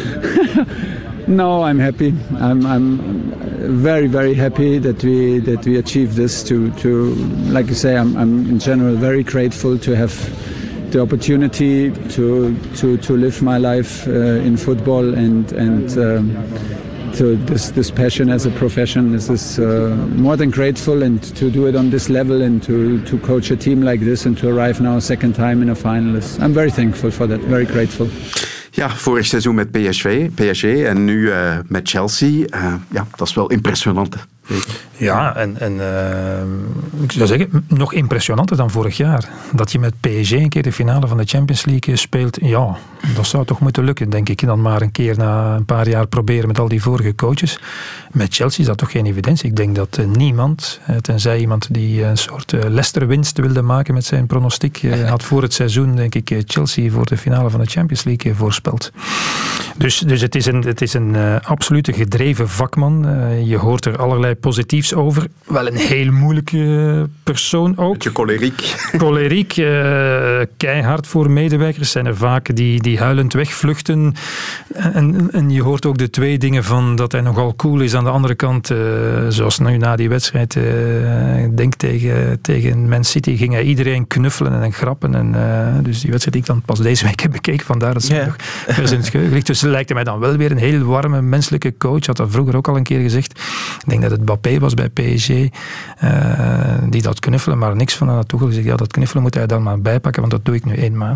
No, I'm happy. I'm, I'm very, very happy that we that we achieved this. To, to like you say, I'm, I'm in general very grateful to have the opportunity to to, to live my life uh, in football and and um, to this this passion as a profession. This is uh, more than grateful, and to do it on this level and to to coach a team like this and to arrive now a second time in a final. I'm very thankful for that. Very grateful. Ja, vorig seizoen met P S V, P S G en nu uh, met Chelsea. Uh, ja, dat is wel impressionant. Ja, en, en uh, ik zou zeggen, nog impressionanter dan vorig jaar. Dat je met P S G een keer de finale van de Champions League speelt, ja, dat zou toch moeten lukken, denk ik. Dan maar een keer na een paar jaar proberen met al die vorige coaches. Met Chelsea is dat toch geen evidentie. Ik denk dat uh, niemand, uh, tenzij iemand die een soort uh, Leicester-winst wilde maken met zijn pronostiek, uh, had voor het seizoen, denk ik, uh, Chelsea voor de finale van de Champions League uh, voorspeld. Dus, dus het is een, het is een uh, absolute gedreven vakman. Uh, je hoort er allerlei positiefs niks over. Wel een heel moeilijke persoon ook. Beetje choleriek. Choleriek, uh, keihard voor medewerkers. Zijn er vaak die, die huilend wegvluchten. En, en je hoort ook de twee dingen van dat hij nogal cool is. Aan de andere kant, uh, zoals nu na die wedstrijd, uh, ik denk tegen, tegen Man City, ging hij iedereen knuffelen en grappen. En, uh, dus die wedstrijd die ik dan pas deze week heb bekeken, vandaar dat ze yeah. nog vers in het geheugen ligt. Dus lijkt mij dan wel weer een heel warme, menselijke coach. Had dat vroeger ook al een keer gezegd. Ik denk dat het Mbappé was bij P S G, uh, die dat knuffelen, maar niks van dat Tuchel gezegd. Ja, dat knuffelen moet hij dan maar bijpakken, want dat doe ik nu eenmaal.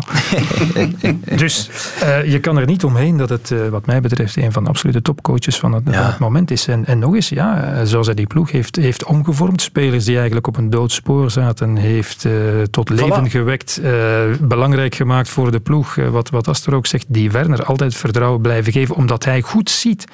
Dus uh, je kan er niet omheen dat het, uh, wat mij betreft, een van de absolute topcoaches van het, ja. van het moment is. En, en nog eens, ja, zoals hij die ploeg heeft, heeft omgevormd, spelers die eigenlijk op een dood spoor zaten, heeft uh, tot leven voilà. gewekt, uh, belangrijk gemaakt voor de ploeg. Uh, wat, wat Astor ook zegt, die Werner altijd vertrouwen blijven geven, omdat hij goed ziet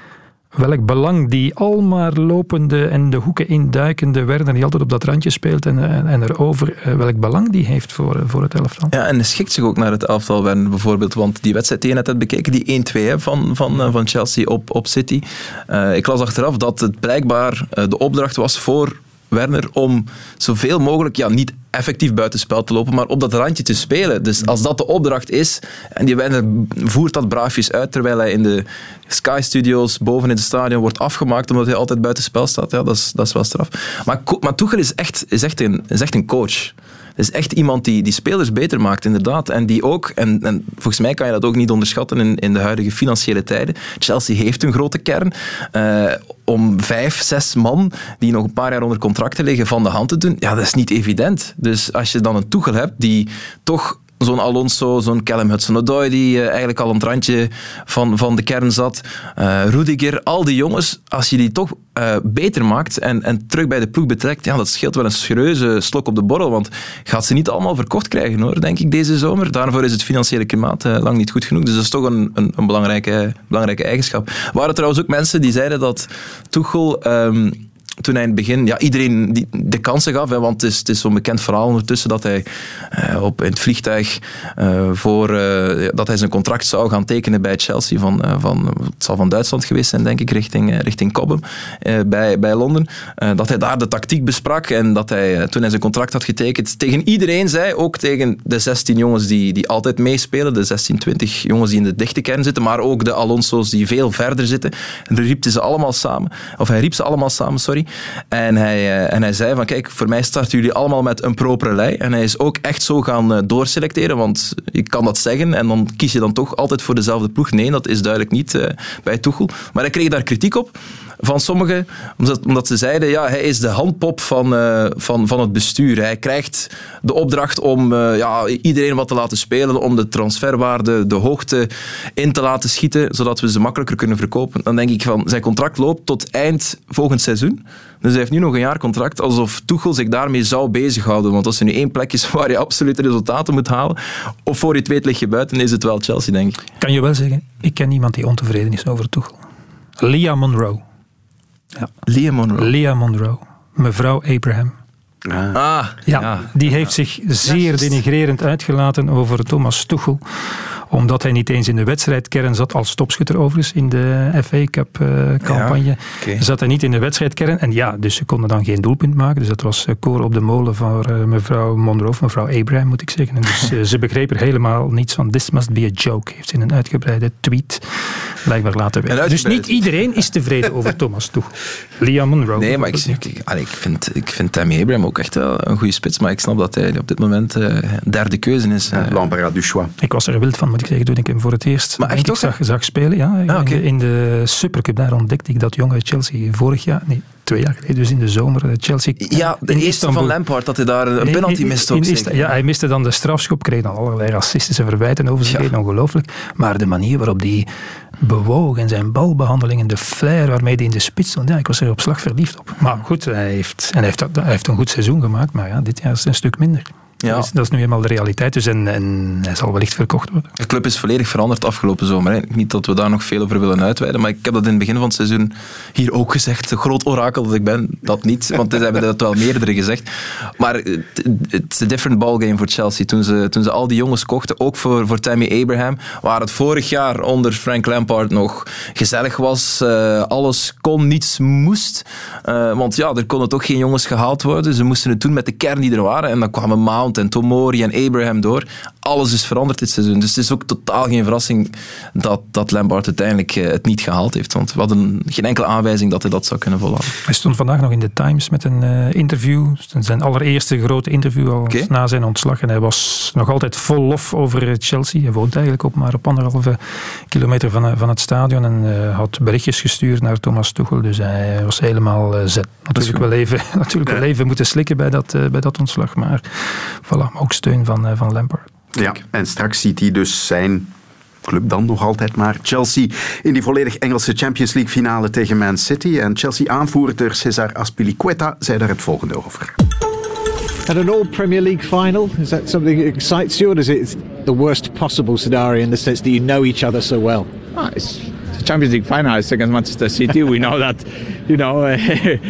welk belang die almaar lopende en de hoeken induikende Werner, die altijd op dat randje speelt en, en, en erover, welk belang die heeft voor, voor het elftal. Ja, en hij schikt zich ook naar het elftal, Werner, bijvoorbeeld. Want die wedstrijd die je net hebt bekeken, die één twee van, van, van Chelsea op, op City. Uh, ik las achteraf dat het blijkbaar uh, de opdracht was voor Werner om zoveel mogelijk, ja, niet effectief buitenspel te lopen, maar op dat randje te spelen. Dus als dat de opdracht is, en die Werner voert dat braafjes uit, terwijl hij in de Sky Studios boven in het stadion wordt afgemaakt, omdat hij altijd buitenspel staat, ja, dat is, dat is wel straf. Maar, maar Tuchel is echt, is, echt een, is echt een coach. Het is echt iemand die, die spelers beter maakt, inderdaad. En die ook, en, en volgens mij kan je dat ook niet onderschatten in, in de huidige financiële tijden. Chelsea heeft een grote kern. Uh, om vijf, zes man die nog een paar jaar onder contract liggen van de hand te doen, ja, dat is niet evident. Dus als je dan een Tuchel hebt die toch zo'n Alonso, zo'n Callum Hudson-Odoi die uh, eigenlijk al aan het randje van, van de kern zat. Uh, Rudiger, al die jongens, als je die toch uh, beter maakt en, en terug bij de ploeg betrekt, ja, dat scheelt wel een serieuze slok op de borrel, want gaat ze niet allemaal verkocht krijgen, hoor, denk ik, deze zomer. Daarvoor is het financiële klimaat uh, lang niet goed genoeg. Dus dat is toch een, een, een belangrijke, belangrijke eigenschap. Er waren trouwens ook mensen die zeiden dat Tuchel Um, toen hij in het begin ja, iedereen die de kansen gaf, hè, want het is, het is zo'n bekend verhaal ondertussen dat hij uh, op in het vliegtuig uh, voor, uh, dat hij zijn contract zou gaan tekenen bij Chelsea van, uh, van het zal van Duitsland geweest zijn, denk ik, richting, uh, richting Cobham uh, bij, bij Londen. Uh, dat hij daar de tactiek besprak en dat hij, uh, toen hij zijn contract had getekend, tegen iedereen zei, ook tegen de zestien jongens die, die altijd meespelen, de zestien, twintig jongens die in de dichte kern zitten, maar ook de Alonso's die veel verder zitten. En dan riep hij ze allemaal samen, of hij riep ze allemaal samen, sorry. En hij, en hij zei van, kijk, voor mij starten jullie allemaal met een propere lei. En hij is ook echt zo gaan doorselecteren, want je kan dat zeggen en dan kies je dan toch altijd voor dezelfde ploeg. Nee, dat is duidelijk niet uh, bij Tuchel. Maar hij kreeg daar kritiek op van sommigen, omdat, omdat ze zeiden, ja, hij is de handpop van, uh, van, van het bestuur. Hij krijgt de opdracht om uh, ja, iedereen wat te laten spelen, om de transferwaarde, de hoogte in te laten schieten, zodat we ze makkelijker kunnen verkopen. Dan denk ik van, zijn contract loopt tot eind volgend seizoen. Dus hij heeft nu nog een jaar contract, alsof Tuchel zich daarmee zou bezighouden. Want als er nu één plek is waar je absolute resultaten moet halen, of voor je het weet lig je buiten, is het wel Chelsea, denk ik. Kan je wel zeggen, ik ken niemand die ontevreden is over Tuchel. Leah Monroe. Ja. Leah Monroe. Leah Monroe. Mevrouw Abraham. Ah, ja, ja, die ja. heeft zich zeer denigrerend uitgelaten over Thomas Tuchel, omdat hij niet eens in de wedstrijdkern zat, als topschutter overigens in de F A Cup uh, campagne. Ja, okay. Zat hij niet in de wedstrijdkern. En ja, dus ze konden dan geen doelpunt maken. Dus dat was uh, koren op de molen voor uh, mevrouw Monroe, of mevrouw Abraham moet ik zeggen. En dus uh, ze begreep er helemaal niets van. This must be a joke, heeft ze in een uitgebreide tweet blijkbaar laten weten. Dus niet iedereen is tevreden over Thomas Tuchel. Leah Monroe. Nee, maar ik, ik, ik, vind, ik vind Tammy Abraham ook echt wel een goede spits, maar ik snap dat hij op dit moment uh, derde keuze is. Uh. L'embarras du choix. Ik was er wild van, moet ik zeggen, toen ik hem voor het eerst maar echt ik zag, zag spelen. Ja, ah, okay. in, in de Supercup, daar ontdekte ik dat jonge Chelsea vorig jaar, nee, twee jaar geleden, dus in de zomer, Chelsea... Ja, de eerste Istanbul. Van Lampard, dat hij daar een nee, penalty miste ook zeker. Ja, hij miste dan de strafschop, kreeg dan allerlei racistische verwijten over zich heen, ja. Ongelooflijk. Maar de manier waarop die bewoog en zijn balbehandeling en de flair waarmee hij in de spits stond, ja, ik was er op slag verliefd op. Maar goed, hij heeft, en hij heeft, hij heeft een goed seizoen gemaakt, maar ja, dit jaar is het een stuk minder. Ja. Dat, is, dat is nu eenmaal de realiteit, dus en, en hij zal wellicht verkocht worden. De club is volledig veranderd afgelopen zomer. Hè. Niet dat we daar nog veel over willen uitweiden, maar ik heb dat in het begin van het seizoen hier ook gezegd. Een groot orakel dat ik ben, dat niet, want ze hebben dat wel meerdere gezegd. Maar het is een different ballgame voor Chelsea. Toen ze, toen ze al die jongens kochten, ook voor, voor Tammy Abraham, waar het vorig jaar onder Frank Lampard nog gezellig was, uh, alles kon, niets moest. Uh, want ja, er konden toch geen jongens gehaald worden. Ze moesten het doen met de kern die er waren. En dan kwamen Mount en Tomori en Abraham door. Alles is veranderd dit seizoen. Dus het is ook totaal geen verrassing dat, dat Lampard uiteindelijk uh, het niet gehaald heeft. Want we hadden geen enkele aanwijzing dat hij dat zou kunnen volhouden. Hij stond vandaag nog in de Times met een uh, interview. Zijn allereerste grote interview al okay. na zijn ontslag. En hij was nog altijd vol lof over Chelsea. Hij woont eigenlijk ook maar op anderhalve kilometer van, van het stadion. En uh, had berichtjes gestuurd naar Thomas Tuchel. Dus hij was helemaal uh, zet. Natuurlijk wel even, natuurlijk wel even moeten slikken bij dat, uh, bij dat ontslag. Maar voilà, ook steun van, uh, van Lampard. Ja, en straks ziet hij dus zijn club dan nog altijd maar Chelsea in die volledig Engelse Champions League finale tegen Man City. En Chelsea-aanvoerder Cesar Azpilicueta zei daar het volgende over. At an all Premier League final, is that something that excites you, or is it the worst possible scenario in the sense that you know each other so well? Ah, it's the Champions League final. It's against Manchester City. We know that, you know, uh,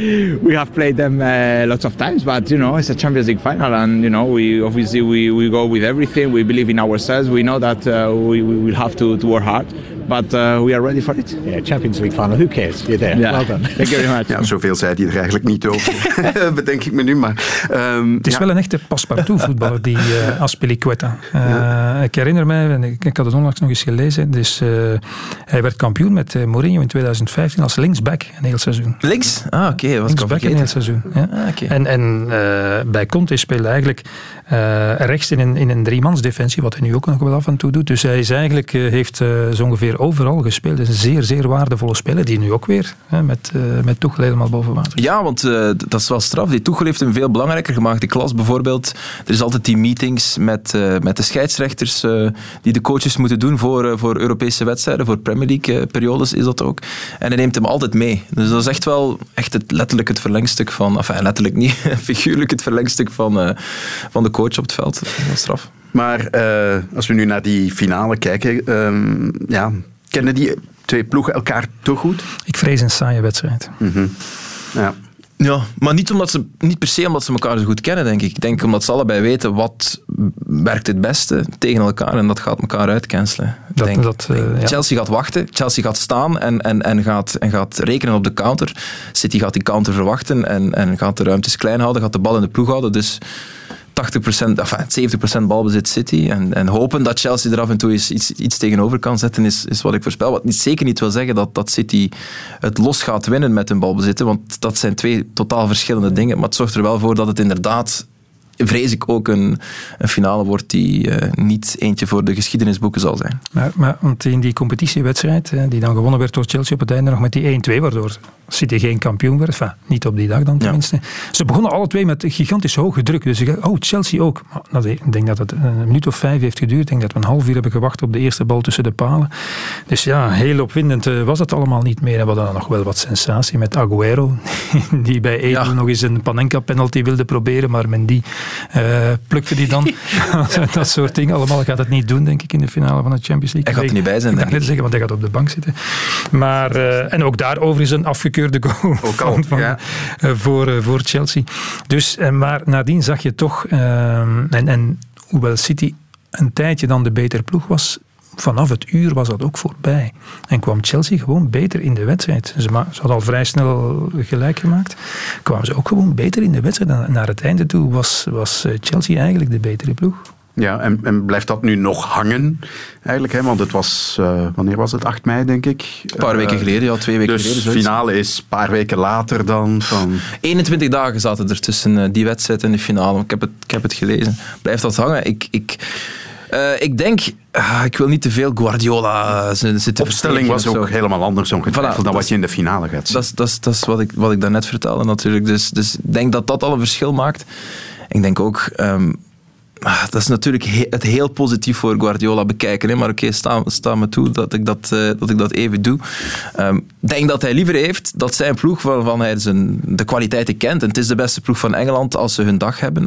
we have played them uh, lots of times, but you know, it's a Champions League final, and you know, we obviously we, we go with everything. We believe in ourselves. We know that uh, we, we will have to, to work hard. But uh, we are ready for it. Yeah, Champions League final. Who cares? You're there. Yeah. Well done. Thank you very much. Ja, zoveel zei hij er eigenlijk niet over. Bedenk ik me nu maar. Um, het is ja. wel een echte paspartout voetballer, die uh, Azpilicueta. Uh, ja. Ik herinner mij, en ik, ik had het onlangs nog eens gelezen, dus, uh, hij werd kampioen met uh, Mourinho in twintig vijftien als linksback een heel seizoen. Links? Ah, oké. Okay, linksback een heel seizoen. Ja. Ah, okay. En, en uh, bij Conte speelde eigenlijk uh, rechts in een, in een driemansdefensie, wat hij nu ook nog wel af en toe doet. Dus hij is eigenlijk, uh, heeft uh, zo ongeveer overal gespeeld. Hij is een zeer, zeer waardevolle speler, die nu ook weer hè, met, uh, met Tuchel helemaal boven water. Ja, want uh, dat is wel straf. Die Tuchel heeft hem veel belangrijker gemaakt. Die klas bijvoorbeeld, er is altijd die meetings met, uh, met de scheidsrechters uh, die de coaches moeten doen voor, uh, voor Europese wedstrijden, voor Premier League uh, periodes is dat ook. En hij neemt hem altijd mee. Dus dat is echt wel echt het, letterlijk het verlengstuk van, enfin letterlijk niet, figuurlijk het verlengstuk van, uh, van de coach op het veld. Dat is straf. Maar uh, als we nu naar die finale kijken, um, ja, kennen die twee ploegen elkaar te goed? Ik vrees een saaie wedstrijd. Mm-hmm. Ja. Ja, maar niet, omdat ze, niet per se omdat ze elkaar zo goed kennen, denk ik. Ik denk omdat ze allebei weten wat werkt het beste tegen elkaar en dat gaat elkaar uitcancelen. Dat, denk, dat, uh, ja. Chelsea gaat wachten, Chelsea gaat staan en, en, en, gaat, en gaat rekenen op de counter. City gaat die counter verwachten en, en gaat de ruimtes klein houden, gaat de bal in de ploeg houden. Dus tachtig procent, enfin, zeventig procent balbezit City en, en hopen dat Chelsea er af en toe iets, iets, iets tegenover kan zetten is, is wat ik voorspel. Wat niet, zeker niet wil zeggen dat, dat City het los gaat winnen met hun balbezitten, want dat zijn twee totaal verschillende dingen, maar het zorgt er wel voor dat het inderdaad, vrees ik, ook een, een finale wordt die uh, niet eentje voor de geschiedenisboeken zal zijn. Maar, maar want in die competitiewedstrijd, die dan gewonnen werd door Chelsea op het einde nog met die één-twee, waardoor City geen kampioen werd, enfin, niet op die dag dan tenminste. Ja. Ze begonnen alle twee met gigantisch hoge druk. Dus ik dacht, oh, Chelsea ook. Nou, ik denk dat het een minuut of vijf heeft geduurd. Ik denk dat we een half uur hebben gewacht op de eerste bal tussen de palen. Dus ja, heel opwindend was het allemaal niet meer. En we hadden dan nog wel wat sensatie met Aguero, die bij Edu ja. nog eens een Panenka-penalty wilde proberen, maar Mendy uh, plukte die dan. Dat soort dingen allemaal gaat het niet doen, denk ik, in de finale van de Champions League. Hij gaat er niet bij zijn, ik denk ik. net zeggen, want hij gaat op de bank zitten. Maar, uh, en ook daarover is een afgekeurde goal ook al, van, van, ja. uh, voor, uh, voor Chelsea. Dus, uh, maar nadien zag je toch, uh, en, en hoewel City een tijdje dan de betere ploeg was, vanaf het uur was dat ook voorbij. En kwam Chelsea gewoon beter in de wedstrijd. Ze, ma- ze hadden al vrij snel gelijk gemaakt. Kwamen ze ook gewoon beter in de wedstrijd. En naar het einde toe was, was Chelsea eigenlijk de betere ploeg. Ja, en, en blijft dat nu nog hangen eigenlijk? Hè? Want het was, uh, wanneer was het? acht mei, denk ik. Een paar uh, weken geleden, ja, twee weken dus geleden. Dus de finale is een paar weken later dan. Van... eenentwintig dagen zaten er tussen uh, die wedstrijd en de finale. Ik heb het, ik heb het gelezen. Blijft dat hangen? Ik... ik Uh, ik denk, uh, ik wil niet te veel Guardiola uh, zitten. De opstelling was ook helemaal anders ongetwijfeld voilà, dan wat je in de finale gaat zien. Dat is, dat is, dat is wat, ik, wat ik daarnet vertelde natuurlijk. Dus, dus ik denk dat dat al een verschil maakt. Ik denk ook, um, dat is natuurlijk he- het heel positief voor Guardiola bekijken. Hè? Maar oké, okay, sta, sta me toe dat ik dat, uh, dat ik dat even doe. Ik um, denk dat hij liever heeft dat zijn ploeg waarvan hij zijn, de kwaliteiten kent. En het is de beste ploeg van Engeland als ze hun dag hebben.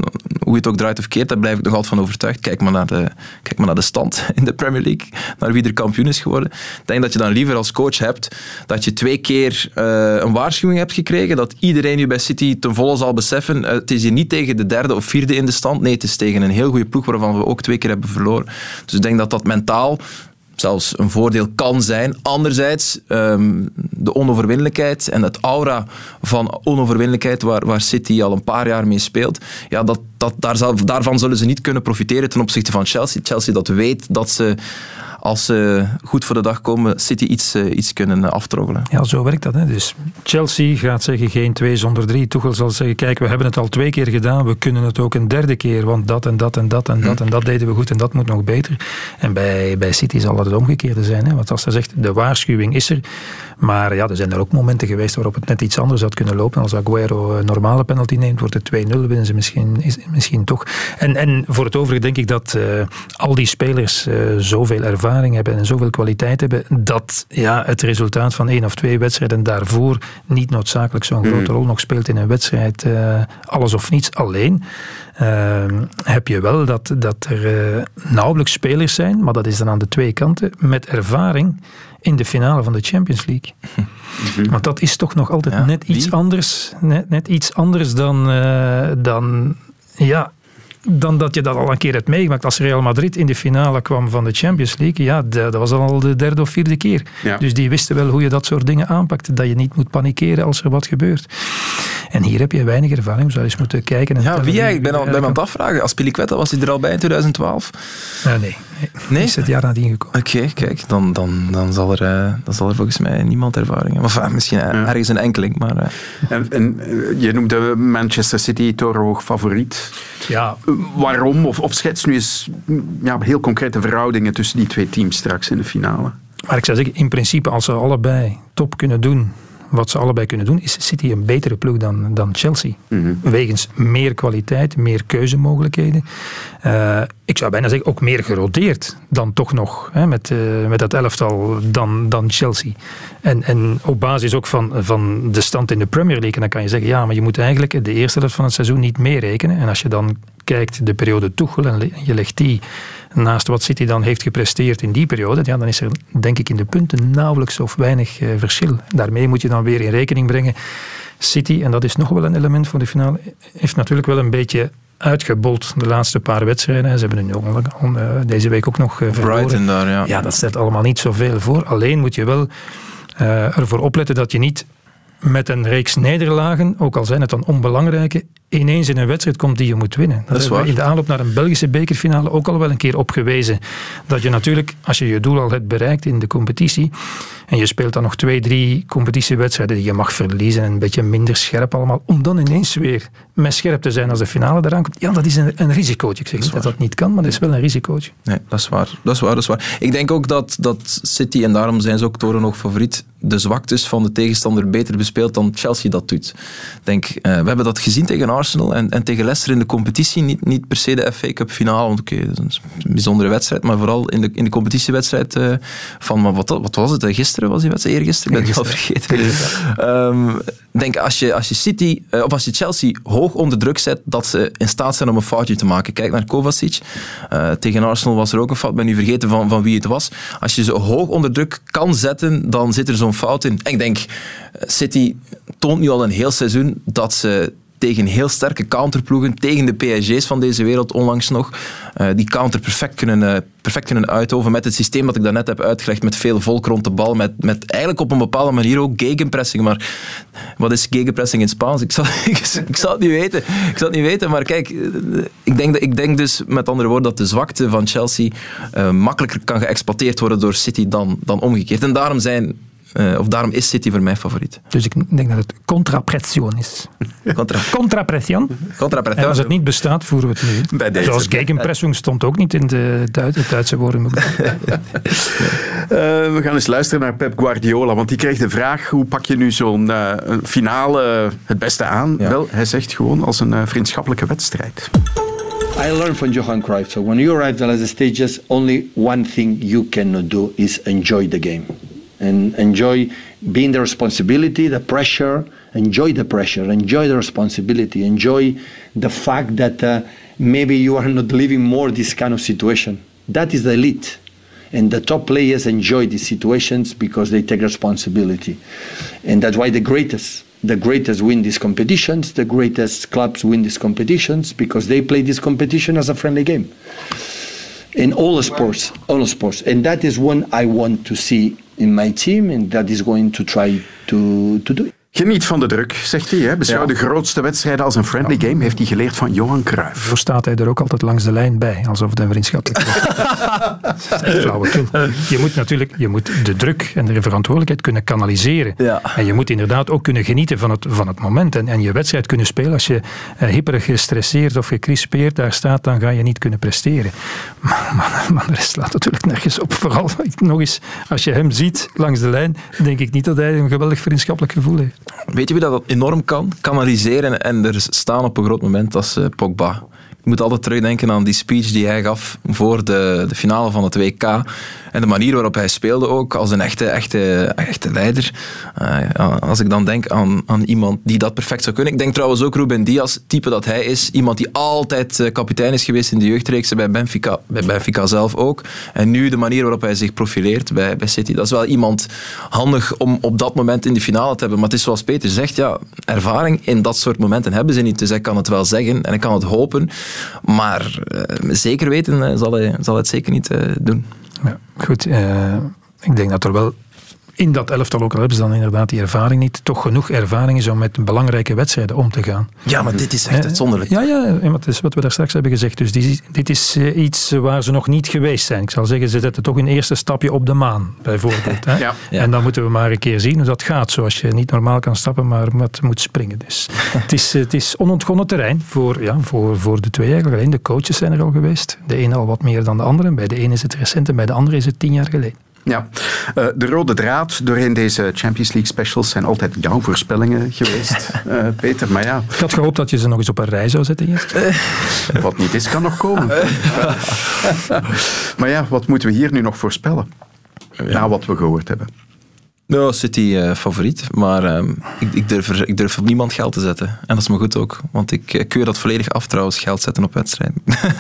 hoe je het ook draait of keert, daar blijf ik nog altijd van overtuigd. Kijk maar naar de, kijk maar naar de stand in de Premier League, naar wie er kampioen is geworden. Ik denk dat je dan liever als coach hebt dat je twee keer uh, een waarschuwing hebt gekregen, dat iedereen nu bij City ten volle zal beseffen, uh, het is hier niet tegen de derde of vierde in de stand, nee, het is tegen een heel goede ploeg waarvan we ook twee keer hebben verloren. Dus ik denk dat dat mentaal zelfs een voordeel kan zijn. Anderzijds, um, de onoverwinnelijkheid en het aura van onoverwinnelijkheid waar, waar City al een paar jaar mee speelt, ja, dat, dat, daar zal, daarvan zullen ze niet kunnen profiteren ten opzichte van Chelsea. Chelsea dat weet dat ze, als ze goed voor de dag komen, City iets, uh, iets kunnen aftroggelen. Ja, zo werkt dat. Hè. Dus Chelsea gaat zeggen geen twee zonder drie. Tuchel zal zeggen, kijk, we hebben het al twee keer gedaan, we kunnen het ook een derde keer, want dat en dat en dat en dat en dat deden we goed en dat moet nog beter. En bij, bij City zal dat het omgekeerde zijn. Hè. Want als hij zegt, de waarschuwing is er, maar ja, er zijn er ook momenten geweest waarop het net iets anders had kunnen lopen. Als Aguero een normale penalty neemt, wordt het twee nul, winnen ze misschien, is, misschien toch. En, en voor het overige denk ik dat uh, al die spelers uh, zoveel ervaring hebben en zoveel kwaliteit hebben, dat ja, het resultaat van één of twee wedstrijden daarvoor niet noodzakelijk zo'n grote rol nog speelt in een wedstrijd. Uh, alles of niets alleen. Uh, heb je wel dat, dat er uh, nauwelijks spelers zijn, maar dat is dan aan de twee kanten, met ervaring in de finale van de Champions League. Mm-hmm. Want dat is toch nog altijd ja, net iets anders, net, net iets anders dan, uh, dan ja, dan dat je dat al een keer hebt meegemaakt. Als Real Madrid in de finale kwam van de Champions League, ja, dat was al de derde of vierde keer. Ja. Dus die wisten wel hoe je dat soort dingen aanpakt. Dat je niet moet panikeren als er wat gebeurt. En hier heb je weinig ervaring. Zou je eens moeten kijken. En ja, wie jij? Ik ben al bij me aan het afvragen. Azpilicueta, was hij er al bij in twintig twaalf? Uh, nee. nee. Nee? Is het jaar nadien gekomen. Oké, okay, kijk. Dan, dan, dan, zal er, uh, dan zal er volgens mij niemand ervaring hebben. Of uh, misschien uh, ja. ergens een enkeling. Maar, uh. en, en uh, je noemde Manchester City torenhoog favoriet. Ja. Uh, waarom? Of, of schets nu eens ja, heel concrete verhoudingen tussen die twee teams straks in de finale. Maar ik zou zeggen, in principe, als ze allebei top kunnen doen wat ze allebei kunnen doen, is City een betere ploeg dan, dan Chelsea. Mm-hmm. Wegens meer kwaliteit, meer keuzemogelijkheden. Uh, ik zou bijna zeggen, ook meer gerodeerd dan toch nog, hè, met, uh, met dat elftal dan, dan Chelsea. En, en op basis ook van, van de stand in de Premier League. En dan kan je zeggen, ja, maar je moet eigenlijk de eerste helft van het seizoen niet meerekenen. En als je dan kijkt de periode Tuchel en je legt die naast wat City dan heeft gepresteerd in die periode, ja, dan is er denk ik in de punten nauwelijks of weinig uh, verschil. Daarmee moet je dan weer in rekening brengen. City, en dat is nog wel een element voor de finale, heeft natuurlijk wel een beetje uitgebold de laatste paar wedstrijden. Ze hebben nu ook, uh, deze week ook nog uh, verloren. Brighton daar, ja. Ja, dat stelt allemaal niet zoveel voor. Alleen moet je wel uh, ervoor opletten dat je niet met een reeks nederlagen, ook al zijn het dan onbelangrijke, ineens in een wedstrijd komt die je moet winnen. Dat, dat is waar. In de aanloop naar een Belgische bekerfinale ook al wel een keer opgewezen. Dat je natuurlijk, als je je doel al hebt bereikt in de competitie, en je speelt dan nog twee, drie competitiewedstrijden die je mag verliezen en een beetje minder scherp allemaal, om dan ineens weer met scherp te zijn als de finale eraan komt. Ja, dat is een, een risicootje. Ik zeg niet dat dat niet kan, maar dat is wel een risicootje. Nee, dat is waar. Dat is waar, dat is waar. Ik denk ook dat, dat City, en daarom zijn ze ook torenhoog favoriet, de zwaktes van de tegenstander beter bespeelt dan Chelsea dat doet. Ik denk, uh, we hebben dat gezien tegen Arsenal en, en tegen Leicester in de competitie, niet, niet per se de F A Cup finale, want oké, okay, dat is een bijzondere wedstrijd, maar vooral in de, in de competitiewedstrijd uh, van, maar wat, wat was het, gisteren was die wedstrijd, eergisteren, ben ik al vergeten. um, Ik denk, als je, als je City, uh, of als je Chelsea hoog onder druk zet, dat ze in staat zijn om een foutje te maken. Kijk naar Kovacic. Uh, tegen Arsenal was er ook een fout, ben nu vergeten van, van wie het was. Als je ze hoog onder druk kan zetten, dan zit er zo'n fout in. En ik denk, City toont nu al een heel seizoen dat ze tegen heel sterke counterploegen, tegen de P S G's van deze wereld onlangs nog, uh, die counter perfect kunnen, uh, perfect kunnen uitoven met het systeem dat ik daarnet heb uitgelegd, met veel volk rond de bal, met, met eigenlijk op een bepaalde manier ook gegenpressing. Maar wat is gegenpressing in Spaans? Ik zal, ik, ik zal het niet weten. Ik zal het niet weten, maar kijk, ik denk, ik denk dus met andere woorden dat de zwakte van Chelsea uh, makkelijker kan geëxploiteerd worden door City dan, dan omgekeerd. En daarom zijn Uh, of daarom is City voor mij favoriet. Dus ik denk dat het contrapression is. Contra. Contrapression. Contrapression. En als het niet bestaat, voeren we het nu. Bij deze. Zoals gegenpressing stond ook niet in de Duits, het Duitse woordenboek. uh, we gaan eens luisteren naar Pep Guardiola, want die kreeg de vraag, hoe pak je nu zo'n uh, finale het beste aan? Ja. Wel, hij zegt gewoon als een uh, vriendschappelijke wedstrijd. I learned from Johan Cruyff. So when you arrive at the last stages, only one thing you cannot do is enjoy the game. And enjoy being the responsibility, the pressure, enjoy the pressure, enjoy the responsibility, enjoy the fact that uh, maybe you are not living more this kind of situation. That is the elite. And the top players enjoy these situations because they take responsibility. And that's why the greatest, the greatest win these competitions, the greatest clubs win these competitions because they play this competition as a friendly game. In all sports, all sports. And that is one I want to see in my team and that is going to try to, to do it. Geniet van de druk, zegt hij. Hè? Beschouw ja. de grootste wedstrijden als een friendly game. Heeft hij geleerd van Johan Cruijff. Zo staat hij er ook altijd langs de lijn bij, alsof het een vriendschappelijk is. Dat is echt flauwekul. Je moet natuurlijk je moet de druk en de verantwoordelijkheid kunnen kanaliseren. Ja. En je moet inderdaad ook kunnen genieten van het, van het moment. En, en je wedstrijd kunnen spelen. Als je uh, hyperig gestresseerd of gecrispeerd daar staat, dan ga je niet kunnen presteren. Maar, maar, maar de rest slaat natuurlijk nergens op. Vooral nog eens, als je hem ziet langs de lijn, denk ik niet dat hij een geweldig vriendschappelijk gevoel heeft. Weet je wie dat enorm kan? Kanaliseren en er staan op een groot moment als uh, Pogba. Ik moet altijd terugdenken aan die speech die hij gaf voor de, de finale van het W K. En de manier waarop hij speelde ook, als een echte, echte, echte leider. Uh, als ik dan denk aan, aan iemand die dat perfect zou kunnen. Ik denk trouwens ook Ruben Dias, type dat hij is. Iemand die altijd uh, kapitein is geweest in de jeugdreeksen bij Benfica, bij Benfica zelf ook. En nu de manier waarop hij zich profileert bij, bij City. Dat is wel iemand handig om op dat moment in de finale te hebben. Maar het is zoals Peter zegt, ja, ervaring in dat soort momenten hebben ze niet. Dus hij kan het wel zeggen en hij kan het hopen. Maar uh, zeker weten uh, zal, hij, zal hij het zeker niet uh, doen. Ja, goed, uh, ik denk dat er wel in dat elftal, ook al hebben ze dan inderdaad die ervaring niet, toch genoeg ervaring is om met belangrijke wedstrijden om te gaan. Ja, maar dit is echt uitzonderlijk. Ja, ja, dat is wat we daar straks hebben gezegd. Dus die, dit is uh, iets waar ze nog niet geweest zijn. Ik zal zeggen, ze zetten toch een eerste stapje op de maan, bijvoorbeeld. Hè? Ja, ja. En dan moeten we maar een keer zien hoe dat gaat. Zoals je niet normaal kan stappen, maar wat moet springen. Dus het is, het is onontgonnen terrein voor, ja, voor, voor de twee eigenlijk. Alleen de coaches zijn er al geweest. De ene al wat meer dan de andere. Bij de ene is het recent en bij de andere is het tien jaar geleden. Ja, uh, de rode draad doorheen deze Champions League specials zijn altijd jouw voorspellingen geweest, uh, Peter. Maar ja. Ik had gehoopt dat je ze nog eens op een rij zou zetten eerst. Uh, wat niet is, kan nog komen. Maar ja, wat moeten we hier nu nog voorspellen? Ja. Na wat we gehoord hebben. Nou, City uh, favoriet, maar uh, ik, ik, durf er, ik durf op niemand geld te zetten. En dat is me goed ook, want ik, ik keur dat volledig af trouwens, geld zetten op wedstrijden.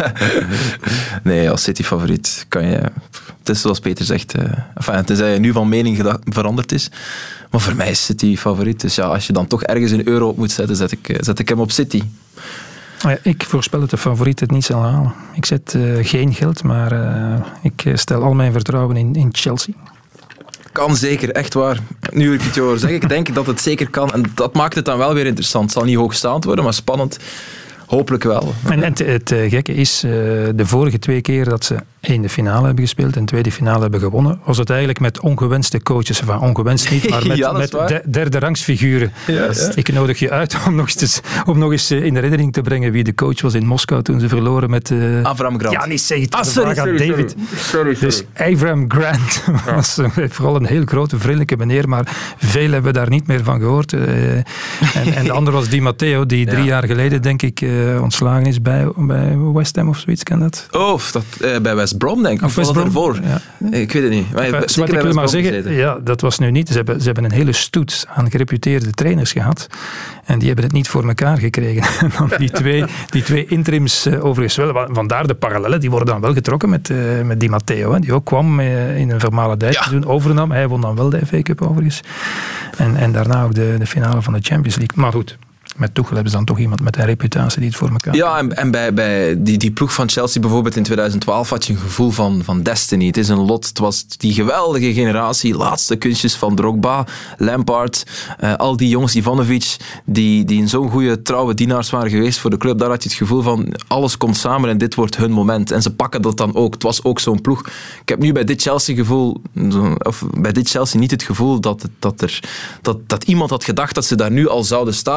Nee, als City favoriet kan je... Het is zoals Peter zegt, uh, enfin, tenzij je nu van mening geda- veranderd is. Maar voor mij is City favoriet. Dus ja, als je dan toch ergens een euro op moet zetten, zet ik, zet ik hem op City. Ja, ik voorspel dat de favoriet het niet zal halen. Ik zet uh, geen geld, maar uh, ik stel al mijn vertrouwen in, in Chelsea. Kan zeker, echt waar. Nu ik het je hoor zeggen, ik denk dat het zeker kan. En dat maakt het dan wel weer interessant. Het zal niet hoogstaand worden, maar spannend. Hopelijk wel. En het, het, het gekke is, uh, de vorige twee keer dat ze in de finale hebben gespeeld en de tweede finale hebben gewonnen, was het eigenlijk met ongewenste coaches. Enfin, ongewenst niet, maar met, ja, met de, derde rangsfiguren. Ja, ja. Ik nodig je uit om nog eens, om nog eens in herinnering te brengen wie de coach was in Moskou toen ze verloren met... Uh, Avram Grant. Ja, niet zeg het. Ah, sorry, sorry, David. Sorry, sorry, sorry. Dus Avram Grant was uh, vooral een heel grote, vriendelijke meneer, maar veel hebben we daar niet meer van gehoord. Uh, en, en de andere was Di Matteo, die drie ja. jaar geleden, denk ik, uh, ontslagen is bij, bij West Ham of zoiets, kan dat? Oh, dat, uh, bij West Brom, denk ik. Of, of was dat ervoor? Ja. Ik weet het niet. Maar enfin, wat ik wil maar zeggen, ja, dat was nu niet. Ze hebben, ze hebben een hele stoet aan gereputeerde trainers gehad. En die hebben het niet voor elkaar gekregen. die, twee, die twee interims uh, overigens wel. Vandaar de parallellen, die worden dan wel getrokken met, uh, met Di Matteo. Hè, die ook kwam uh, in een vermaledijdseizoen ja. overnam. Hij won dan wel de F A Cup overigens. En, en daarna ook de, de finale van de Champions League. Maar goed. Met Tuchel hebben ze dan toch iemand met een reputatie die het voor elkaar... Ja, en, en bij, bij die, die ploeg van Chelsea bijvoorbeeld in twintig twaalf had je een gevoel van, van destiny. Het is een lot. Het was die geweldige generatie, laatste kunstjes van Drogba, Lampard, uh, al die jongens, Ivanovic, die, die in zo'n goede trouwe dienaars waren geweest voor de club. Daar had je het gevoel van, alles komt samen en dit wordt hun moment. En ze pakken dat dan ook. Het was ook zo'n ploeg. Ik heb nu bij dit Chelsea gevoel, of bij dit Chelsea niet het gevoel dat, dat, er, dat, dat iemand had gedacht dat ze daar nu al zouden staan. En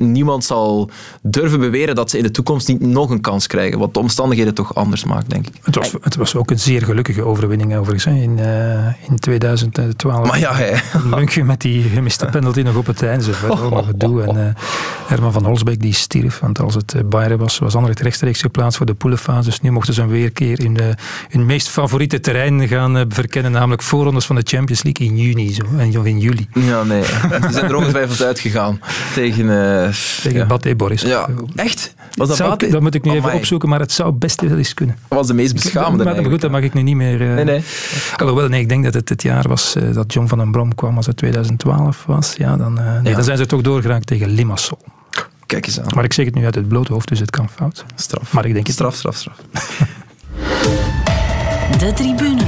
niemand zal durven beweren dat ze in de toekomst niet nog een kans krijgen. Wat de omstandigheden toch anders maakt, denk ik. Het was, het was ook een zeer gelukkige overwinning overigens hè, in, uh, in tweeduizend twaalf. Maar ja, hij... München met die gemiste penalty nog op het einde. Zo verder, allemaal gedoe. En uh, Herman van Holsbeek die stierf, want als het uh, Bayern was, was Anderlecht rechtstreeks geplaatst voor de poelenfase. Dus nu mochten ze weer een keer in uh, hun meest favoriete terrein gaan uh, verkennen, namelijk voorrondes van de Champions League in juni zo, en in juli. Ja, nee. Ze zijn er ongetwijfeld uitgegaan tegen... Uh, tegen ja. Bate Boris. Ja, echt? Was dat, zou, dat moet ik nu even Amai. opzoeken, maar het zou best wel eens kunnen. Dat was de meest beschamende. Maar, maar goed, dat mag ik nu niet meer... Uh, nee, nee. Alhoewel, nee, ik denk dat het het jaar was uh, dat John van den Brom kwam, als het tweeduizend twaalf was. Ja, dan, uh, nee, ja. dan zijn ze toch doorgeraakt tegen Limassol. Kijk eens aan. Maar ik zeg het nu uit het blote hoofd, dus het kan fout. Straf. Maar ik denk straf, het... straf, straf, straf. De tribune.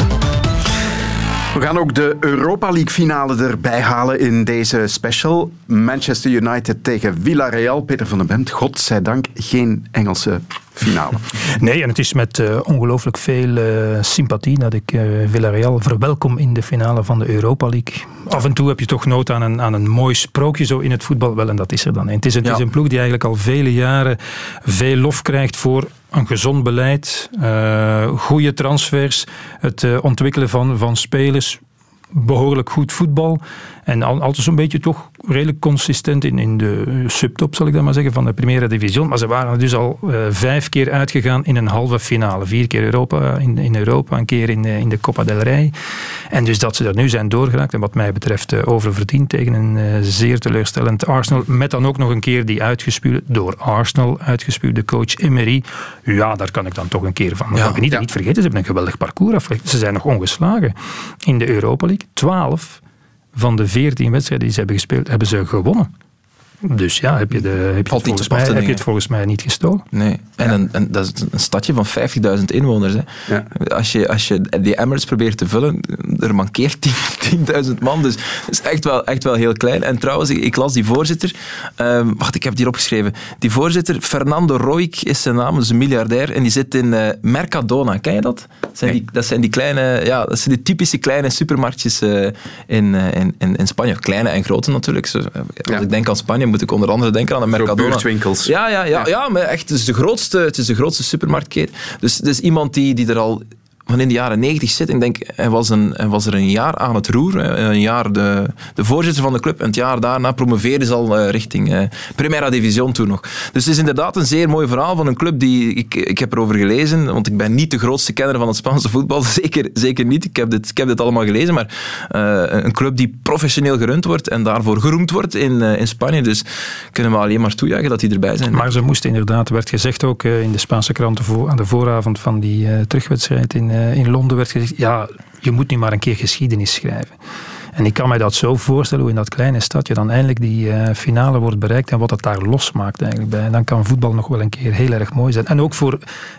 We gaan ook de Europa League finale erbij halen in deze special. Manchester United tegen Villarreal. Peter van den Bemt, godzijdank geen Engelse finale. Nee, en het is met uh, ongelooflijk veel uh, sympathie dat ik uh, Villarreal verwelkom in de finale van de Europa League. Af en toe heb je toch nood aan een, aan een mooi sprookje zo in het voetbal. Wel, en dat is er dan. En het is, het ja. is een ploeg die eigenlijk al vele jaren veel lof krijgt voor een gezond beleid, uh, goede transfers, het uh, ontwikkelen van, van spelers, behoorlijk goed voetbal. En al, altijd zo'n beetje toch redelijk consistent in, in de subtop, zal ik dat maar zeggen, van de Primera Division. Maar ze waren dus al uh, vijf keer uitgegaan in een halve finale. Vier keer Europa, in, in Europa, een keer in, in de Copa del Rey. En dus dat ze er nu zijn doorgeraakt, en wat mij betreft uh, oververdiend tegen een uh, zeer teleurstellend Arsenal. Met dan ook nog een keer die uitgespuwde, door Arsenal uitgespuwde coach Emery. Ja, daar kan ik dan toch een keer van. Maar ja, ik niet, ja. niet vergeten, ze hebben een geweldig parcours afgelegd. Ze zijn nog ongeslagen in de Europa League. twaalf van de veertien wedstrijden die ze hebben gespeeld, hebben ze gewonnen. Dus ja, heb je, de, heb je, het, volgens mij, heb je het volgens mij niet gestolen. Nee, en, ja. een, en dat is een stadje van vijftigduizend inwoners. Hè. Ja. Als, je, als je die Emirates probeert te vullen, er mankeert tienduizend man. Dus het is echt wel, echt wel heel klein. En trouwens, ik, ik las die voorzitter... Um, wacht, ik heb het hier opgeschreven. Die voorzitter, Fernando Roig is zijn naam, dus een miljardair. En die zit in uh, Mercadona. Ken je dat? Dat zijn, nee. die, dat zijn die kleine... Ja, dat zijn die typische kleine supermarktjes uh, in, uh, in, in, in Spanje. Kleine en grote natuurlijk. Zo, als ja. ik denk aan Spanje, moet ik onder andere denken aan de Mercadona. Buurtwinkels. Ja, ja, ja, ja, maar echt, het is de grootste, het is de grootste supermarktketen. Dus het is iemand die, die er al van in de jaren negentig zit. Ik denk, hij was, een, hij was er een jaar aan het roer. Een jaar de, de voorzitter van de club. En het jaar daarna promoveerde ze al uh, richting uh, Primera Division toen nog. Dus het is inderdaad een zeer mooi verhaal van een club die... Ik, ik heb erover gelezen, want ik ben niet de grootste kenner van het Spaanse voetbal. Zeker, zeker niet. Ik heb, dit, ik heb dit allemaal gelezen. Maar uh, een club die professioneel gerund wordt en daarvoor geroemd wordt in, uh, in Spanje. Dus kunnen we alleen maar toejuichen dat die erbij zijn. Maar ze moesten inderdaad, werd gezegd ook uh, in de Spaanse kranten voor, aan de vooravond van die uh, terugwedstrijd in Uh, in Londen werd gezegd, ja, je moet nu maar een keer geschiedenis schrijven. En ik kan mij dat zo voorstellen, hoe in dat kleine stadje dan eindelijk die uh, finale wordt bereikt en wat het daar losmaakt eigenlijk bij. En dan kan voetbal nog wel een keer heel erg mooi zijn. En ook voor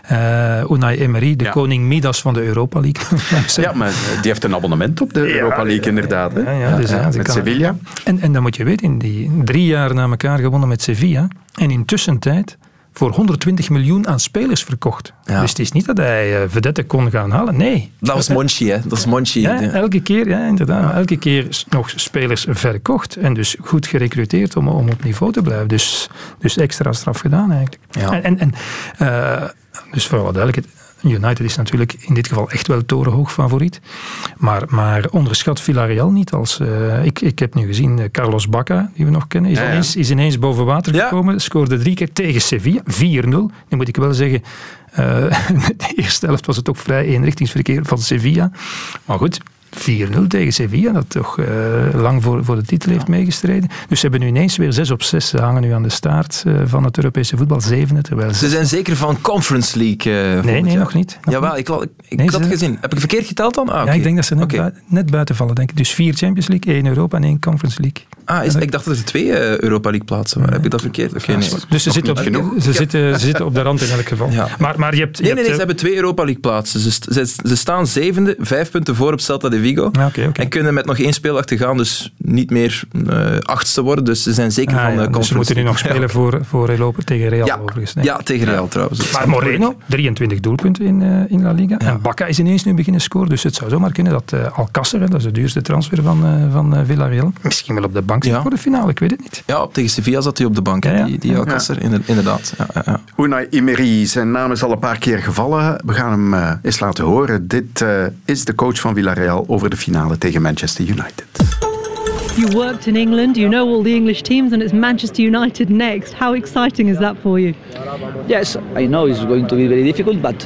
uh, Unai Emery, de ja. koning Midas van de Europa League. Ja, maar die heeft een abonnement op de ja, Europa League inderdaad. Hè? Ja, ja, dus, ja, ja, met Sevilla. En, en dan moet je weten, die drie jaar na elkaar gewonnen met Sevilla. En in tussentijd voor honderdtwintig miljoen aan spelers verkocht. Ja. Dus het is niet dat hij uh, vedette kon gaan halen. Nee. Dat was Monchi, hè? Dat is Monchi. Ja, elke keer, ja, inderdaad. Ja. Elke keer nog spelers verkocht. En dus goed gerecruiteerd om, om op niveau te blijven. Dus, dus extra straf gedaan eigenlijk. Ja. En, en, en uh, dus voor wat duidelijkheid, United is natuurlijk in dit geval echt wel torenhoog favoriet. Maar, maar onderschat Villarreal niet. Als, uh, ik, ik heb nu gezien uh, Carlos Bacca, die we nog kennen, is, ja, ja. Ineens, is ineens boven water gekomen. Ja. Scoorde drie keer tegen Sevilla. vier nul. Nu moet ik wel zeggen, uh, de eerste helft was het ook vrij eenrichtingsverkeer van Sevilla. Maar goed, vier nul tegen Sevilla, dat toch uh, lang voor, voor de titel heeft meegestreden. Dus ze hebben nu ineens weer zes op zes. Ze hangen nu aan de staart uh, van het Europese voetbal, zevende. Terwijl ze zijn zeker van Conference League. Uh, nee, nee, nog niet. Nog Jawel, niet. ik, ik, ik nee, had het gezien. Heb ik verkeerd geteld dan? Ah, ja, okay. ik denk dat ze net, okay. bui, net buiten vallen, denk ik. Dus vier Champions League, één Europa en één Conference League. Ah, is, ik dacht dat er twee uh, Europa League plaatsen waren. Nee. Heb ik dat verkeerd? Okay, nee. Dus ze zitten, op, ze, zitten, ze zitten op de rand in elk geval. Ja. Maar, maar je hebt, je nee, nee, hebt, nee, ze hebben twee Europa League plaatsen. Ze, ze, ze staan zevende, vijf punten voor op Celta de Vigo. Ja, okay, okay. En kunnen met nog één speeldag te gaan dus niet meer uh, achtste worden. Dus ze zijn zeker ah, van ja, de dus ze moeten nu nog spelen ja. voor, voor Real tegen Real ja. overigens. Nee. Ja, tegen Real trouwens. Maar Moreno, drieëntwintig doelpunten in, uh, in La Liga. Ja. En Bacca is ineens nu beginnen scoren. Dus het zou zomaar kunnen dat uh, Alcácer, dat is de duurste transfer van, uh, van uh, Villarreal, misschien wel op de bank zit ja. voor de finale, ik weet het niet. Ja, tegen Sevilla zat hij op de bank, ja, ja. die, die Alcácer, ja. inderdaad. Ja, ja, ja. Unai Emery, zijn naam is al een paar keer gevallen. We gaan hem uh, eens laten horen. Dit uh, is de coach van Villarreal over de finale tegen Manchester United. You worked in England, you know all the English teams, and it's Manchester United next. How exciting is that for you? Yes, I know it's going to be very difficult, but uh,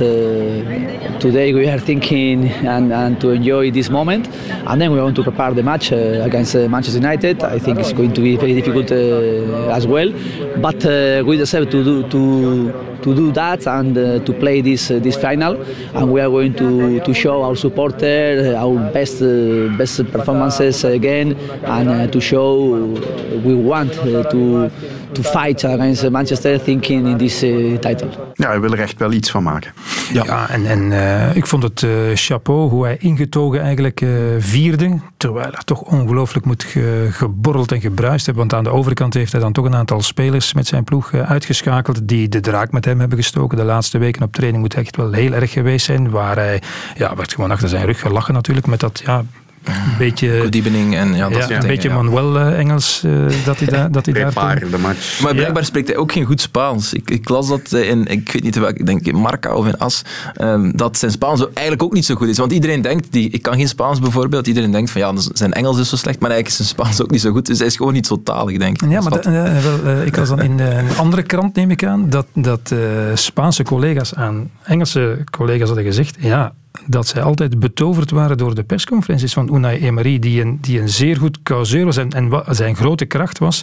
today we are thinking and, and to enjoy this moment, and then we want to prepare the match uh, against uh, Manchester United. I think it's going to be very difficult uh, as well, but uh, we deserve to do to to do that and uh, to play this uh, this final, and we are going to to show our supporters our best uh, best performances again. And uh, to show we want uh, to to fight against Manchester, thinking in this uh, title. Ja, hij wil er echt wel iets van maken. Ja, ja en, en uh, ik vond het uh, chapeau hoe hij ingetogen eigenlijk uh, vierde, terwijl er toch ongelooflijk moet ge, geborreld en gebruist hebben, want aan de overkant heeft hij dan toch een aantal spelers met zijn ploeg uh, uitgeschakeld die de draak met hem hebben gestoken. De laatste weken op training moet echt wel heel erg geweest zijn, waar hij ja, werd gewoon achter zijn rug gelachen natuurlijk met dat ja, een beetje Kodiebening en ja, dat ja, soort een dingen, beetje ja. Manuel uh, Engels uh, dat hij, da, dat hij daar toen... de match. Maar blijkbaar ja. spreekt hij ook geen goed Spaans. Ik, ik las dat in, ik weet niet welk, ik denk in Marca of in As, um, dat zijn Spaans eigenlijk ook niet zo goed is. Want iedereen denkt, die, ik kan geen Spaans bijvoorbeeld, iedereen denkt van ja, zijn Engels is zo slecht, maar eigenlijk is zijn Spaans ook niet zo goed. Dus hij is gewoon niet zo talig, denk ik. Ja, maar de, uh, wel, uh, ik was dan in uh, een andere krant, neem ik aan, dat, dat uh, Spaanse collega's aan Engelse collega's hadden gezegd, ja, dat zij altijd betoverd waren door de persconferenties van Unai Emery, die een, die een zeer goed causeur was en, en zijn grote kracht was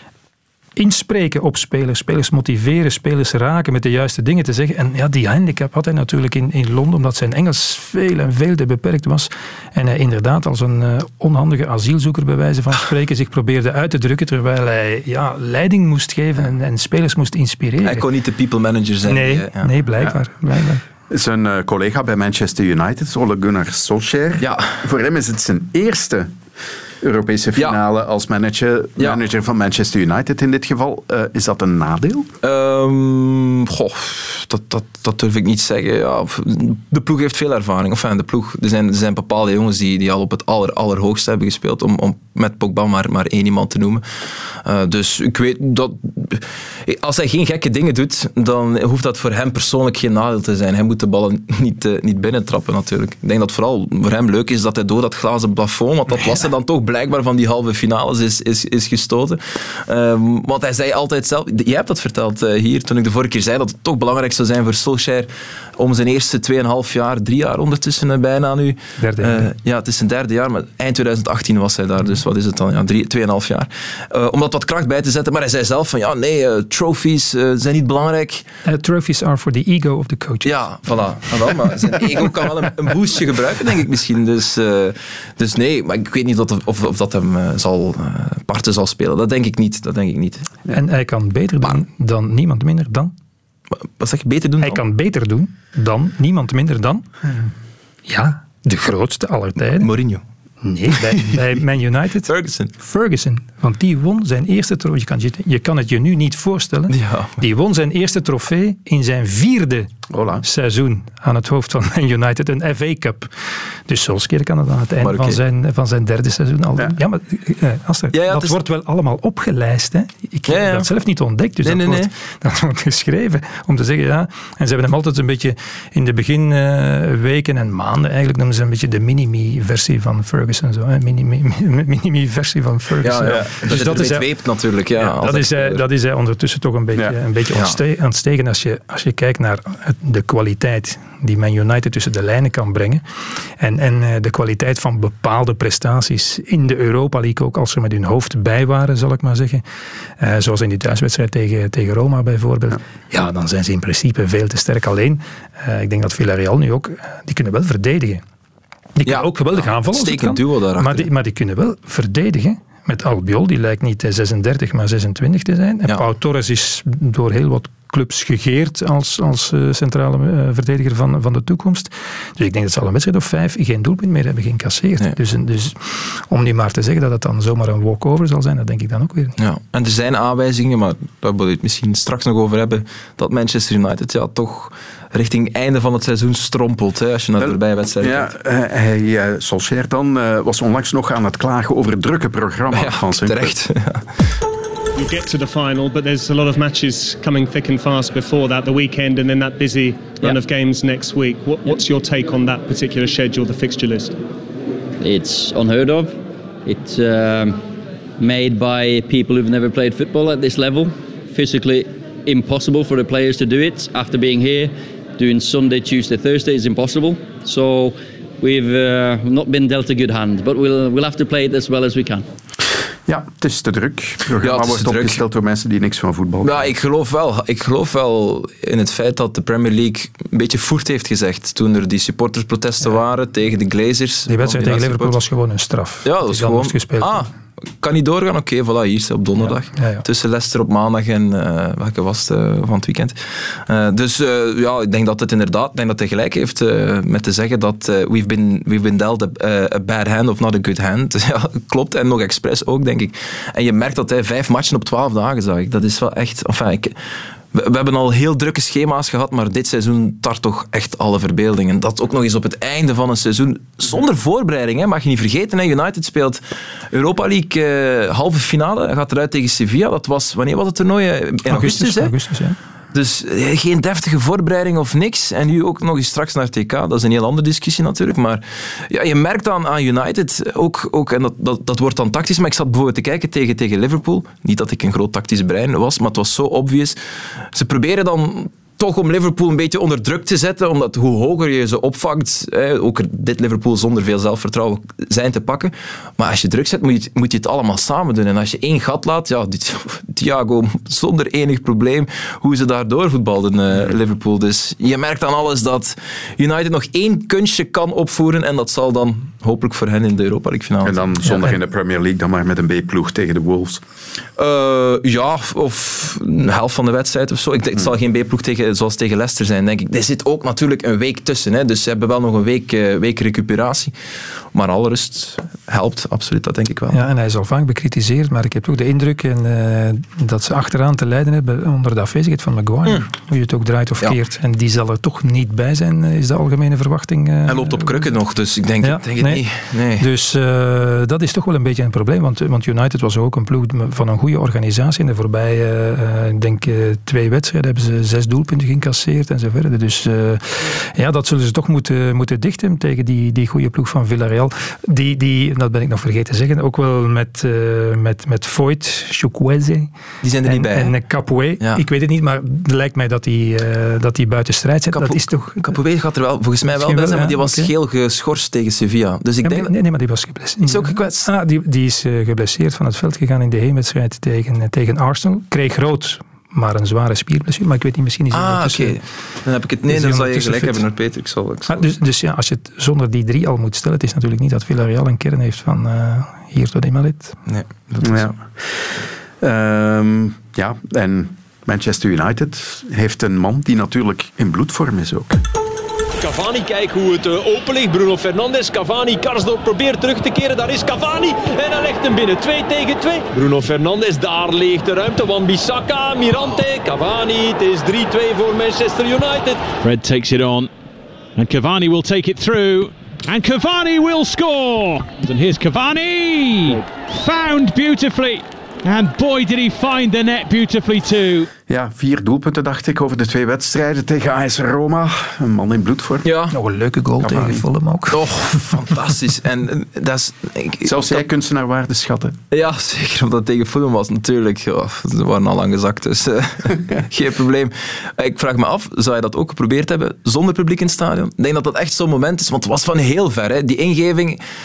inspreken op spelers, spelers motiveren, spelers raken met de juiste dingen te zeggen. En ja, die handicap had hij natuurlijk in, in Londen, omdat zijn Engels veel en veel te beperkt was. En hij inderdaad als een uh, onhandige asielzoeker bij wijze van spreken zich probeerde uit te drukken, terwijl hij ja, leiding moest geven en, en spelers moest inspireren. Hij kon niet de people manager zijn. Nee, die, ja. nee blijkbaar. Ja. blijkbaar. Zijn uh, collega bij Manchester United, Ole Gunnar Solskjaer. Ja. Voor hem is het zijn eerste Europese finale ja. als manager, manager ja. van Manchester United in dit geval. Uh, is dat een nadeel? Um, goh, dat, dat, dat durf ik niet zeggen. Ja, de ploeg heeft veel ervaring. Enfin, de ploeg, er, zijn, er zijn bepaalde jongens die, die al op het aller, allerhoogste hebben gespeeld, om, om met Pogba maar, maar één iemand te noemen. Uh, dus ik weet dat... Als hij geen gekke dingen doet, dan hoeft dat voor hem persoonlijk geen nadeel te zijn. Hij moet de ballen niet, uh, niet binnentrappen natuurlijk. Ik denk dat vooral voor hem leuk is dat hij door dat glazen plafond, want dat was er dan toch blijkbaar van die halve finales, is, is, is gestoten. Um, want hij zei altijd zelf... Jij hebt dat verteld uh, hier, toen ik de vorige keer zei dat het toch belangrijk zou zijn voor Solskjaer om zijn eerste tweeënhalf jaar, drie jaar ondertussen uh, bijna nu. Derde jaar. Uh, ja, het is zijn derde jaar, maar eind twintig achttien was hij daar, dus wat is het dan? Ja, drie, tweeënhalf jaar. Uh, om dat wat kracht bij te zetten, maar hij zei zelf van ja, nee, uh, trophies uh, zijn niet belangrijk. Uh, trophies are for the ego of the coaches. Ja, voilà. voilà maar zijn ego kan wel een, een boostje gebruiken, denk ik misschien. Dus, uh, dus nee, maar ik weet niet of, of, of dat hem uh, zal, uh, parten zal spelen. Dat denk ik niet. Dat denk ik niet. En hij kan beter doen maar, dan niemand minder dan... Wat zeg je, beter doen Hij dan? kan beter doen dan niemand minder dan... Ja, de grootste aller tijden. Mourinho. Nee, bij, bij Man United. Ferguson. Ferguson. Want die won zijn eerste trofee. Je kan, je, je kan het je nu niet voorstellen. Ja. Die won zijn eerste trofee in zijn vierde Hola. seizoen aan het hoofd van Man United. Een F A Cup. Dus Solskjaer kan het aan het einde okay. van, zijn, van zijn derde seizoen al doen. Ja, ja maar uh, Aster, ja, ja, dat is... wordt wel allemaal opgelijst. Hè? Ik heb ja, ja. dat zelf niet ontdekt. Dus nee, dat, nee, wordt, nee. dat wordt geschreven om te zeggen, ja. En ze hebben hem altijd een beetje in de beginweken uh, en maanden, eigenlijk noemen ze een beetje de mini-me-versie van Ferguson. Zo, hè? Mini-me-versie van Ferguson. Ja, ja. Dus dat, dat is hij natuurlijk. Ja, ja, dat, is hij, dat is hij ondertussen toch een beetje, ja. een beetje ja. ontstegen als je, als je kijkt naar het, de kwaliteit die Man United tussen de lijnen kan brengen. En, en de kwaliteit van bepaalde prestaties in de Europa League ook, als ze met hun hoofd bij waren, zal ik maar zeggen. Uh, zoals in die thuiswedstrijd tegen, tegen Roma bijvoorbeeld. Ja. ja, dan zijn ze in principe veel te sterk. Alleen, uh, ik denk dat Villarreal nu ook, uh, die kunnen wel verdedigen. Die kunnen ja, ook geweldig ja, aanvallen. Stekend duo daarachter. Maar die, maar die kunnen wel verdedigen. Met Albiol, die lijkt niet zesendertig, maar zesentwintig te zijn. En ja. Pau Torres is door heel wat clubs gegeerd als, als uh, centrale uh, verdediger van, van de toekomst. Dus ik denk dat ze al een wedstrijd of vijf geen doelpunt meer hebben geïncasseerd. Nee. Dus, dus om nu maar te zeggen dat het dan zomaar een walkover zal zijn, dat denk ik dan ook weer niet. Ja, en er zijn aanwijzingen, maar daar wil je het misschien straks nog over hebben, dat Manchester United ja, toch richting het einde van het seizoen strompelt, hè, als je naar de voorbije wedstrijden ja, kijkt. Uh, hij, uh, Solskjaer dan, uh, was onlangs nog aan het klagen over het drukke programma ja, van zijn terecht. Ja. You get to the final, but there's a lot of matches coming thick and fast before that, the weekend, and then that busy run yeah. of games next week. What, what's your take on that particular schedule, the fixture list? It's unheard of. It's um, made by people who've never played football at this level. Physically impossible for the players to do it. After being here, doing Sunday, Tuesday, Thursday is impossible. So we've uh, not been dealt a good hand, but we'll, we'll have to play it as well as we can. Ja, het is te druk. Het programma ja, wordt opgesteld door mensen die niks van voetbal ja, ik geloof wel. Ik geloof wel in het feit dat de Premier League een beetje voert heeft gezegd toen er die supportersprotesten ja. waren tegen de Glazers. Die wedstrijd tegen Liverpool was gewoon een straf. Ja, dat was gewoon... Gespeeld. Ah, kan niet doorgaan? Oké, okay, voilà, hier op donderdag. Ja, ja, ja. Tussen Leicester op maandag en uh, welke was het uh, van het weekend. Uh, dus uh, ja, ik denk dat het inderdaad, ik denk dat hij gelijk heeft uh, met te zeggen dat uh, we've, been, we've been dealt a, uh, a bad hand of not a good hand. Ja, klopt, en nog expres ook, denk ik. En je merkt dat hij vijf matchen op twaalf dagen zag ik. Dat is wel echt... Enfin, ik, we, we hebben al heel drukke schema's gehad, maar dit seizoen tart toch echt alle verbeelding. En dat ook nog eens op het einde van een seizoen, zonder voorbereiding. Hè. Mag je niet vergeten, hè. United speelt Europa League uh, halve finale, gaat eruit tegen Sevilla. Dat was, wanneer was het toernooi? In augustus, augustus, hè? augustus ja. Dus geen deftige voorbereiding of niks. En nu ook nog eens straks naar T K. Dat is een heel andere discussie natuurlijk. Maar ja, je merkt aan, aan United ook, ook en dat, dat, dat wordt dan tactisch, maar ik zat bijvoorbeeld te kijken tegen, tegen Liverpool. Niet dat ik een groot tactisch brein was, maar het was zo obvious. Ze proberen dan toch om Liverpool een beetje onder druk te zetten, omdat hoe hoger je ze opvangt, hè, ook dit Liverpool zonder veel zelfvertrouwen zijn te pakken. Maar als je druk zet, moet je, moet je het allemaal samen doen. En als je één gat laat, ja, Thiago zonder enig probleem, hoe ze daar doorvoetbalden, uh, Liverpool. Dus je merkt aan alles dat United nog één kunstje kan opvoeren en dat zal dan hopelijk voor hen in de Europa League finale. En dan zondag ja, en... in de Premier League dan maar met een B-ploeg tegen de Wolves. Uh, ja, of een helft van de wedstrijd of zo. Ik, het zal geen B-ploeg tegen, zoals tegen Leicester zijn, denk ik. Er zit ook natuurlijk een week tussen, hè, dus ze hebben wel nog een week, uh, week recuperatie. Maar alle rust helpt, absoluut, dat denk ik wel. Ja, en hij is al vaak bekritiseerd, maar ik heb ook de indruk en, uh, dat ze achteraan te lijden hebben onder de afwezigheid van Maguire. Mm. Hoe je het ook draait of ja. keert. En die zal er toch niet bij zijn, is de algemene verwachting. Uh, hij loopt op krukken nog, dus ik denk, ja, ik denk het nee. niet. Nee. Dus uh, dat is toch wel een beetje een probleem, want, want United was ook een ploeg van een goede organisatie. In de voorbije, uh, ik denk, uh, twee wedstrijden hebben ze zes doelpunten geïncasseerd en zo verder. Dus uh, ja, dat zullen ze toch moeten, moeten dichten tegen die, die goede ploeg van Villarreal. Die, die, dat ben ik nog vergeten te zeggen, ook wel met, uh, met, met Voigt, Chukwueze. Die zijn er en, niet bij. En Capoue. Ja. Ik weet het niet, maar het lijkt mij dat die, uh, dat die buiten strijd zit. Capo, dat is toch... Capoue gaat er wel, volgens mij wel bij zijn, maar die was okay. geel geschorst tegen Sevilla. Dus ik ja, denk maar, nee, nee, maar die was geblesseerd. Is ook gekwetst? Ah, die, die is uh, geblesseerd van het veld gegaan in de heenwedstrijd tegen, tegen Arsenal. Kreeg rood, maar een zware spierblessure. Maar ik weet niet, misschien is hij ah, oké. Okay. Dan heb ik het... Nee, dan zal je gelijk fit. hebben naar Peter. Ik zal, ik zal. Ah, dus, dus ja, als je het zonder die drie al moet stellen, het is natuurlijk niet dat Villarreal een kern heeft van uh, hier tot Emalit. Nee, dat is ja. Um, ja, en Manchester United heeft een man die natuurlijk in bloedvorm is ook. Cavani, kijk hoe het uh, open ligt. Bruno Fernandes, Cavani, Karsdorp probeert terug te keren. Daar is Cavani en hij legt hem binnen. twee tegen twee. Bruno Fernandes, daar leegt de ruimte. Wan-Bissaka, Mirante, Cavani. Het is drie twee voor Manchester United. Fred takes it on. And Cavani will take it through. And Cavani will score. And here's Cavani. Found beautifully. And boy did he find the net beautifully too. Ja, vier doelpunten dacht ik over de twee wedstrijden tegen A S Roma. Een man in bloedvorm. Ja. Nog een leuke goal Cavani. Tegen Fulham ook. Oh, fantastisch. En, dat is, ik, Zelfs jij kunt ze naar waarde schatten. Ja, zeker. Omdat het tegen Fulham was natuurlijk. Oh, ze waren al lang gezakt, dus uh, geen probleem. Ik vraag me af, zou je dat ook geprobeerd hebben zonder publiek in het stadion? Ik denk dat dat echt zo'n moment is, want het was van heel ver. Hè. Die ingeving...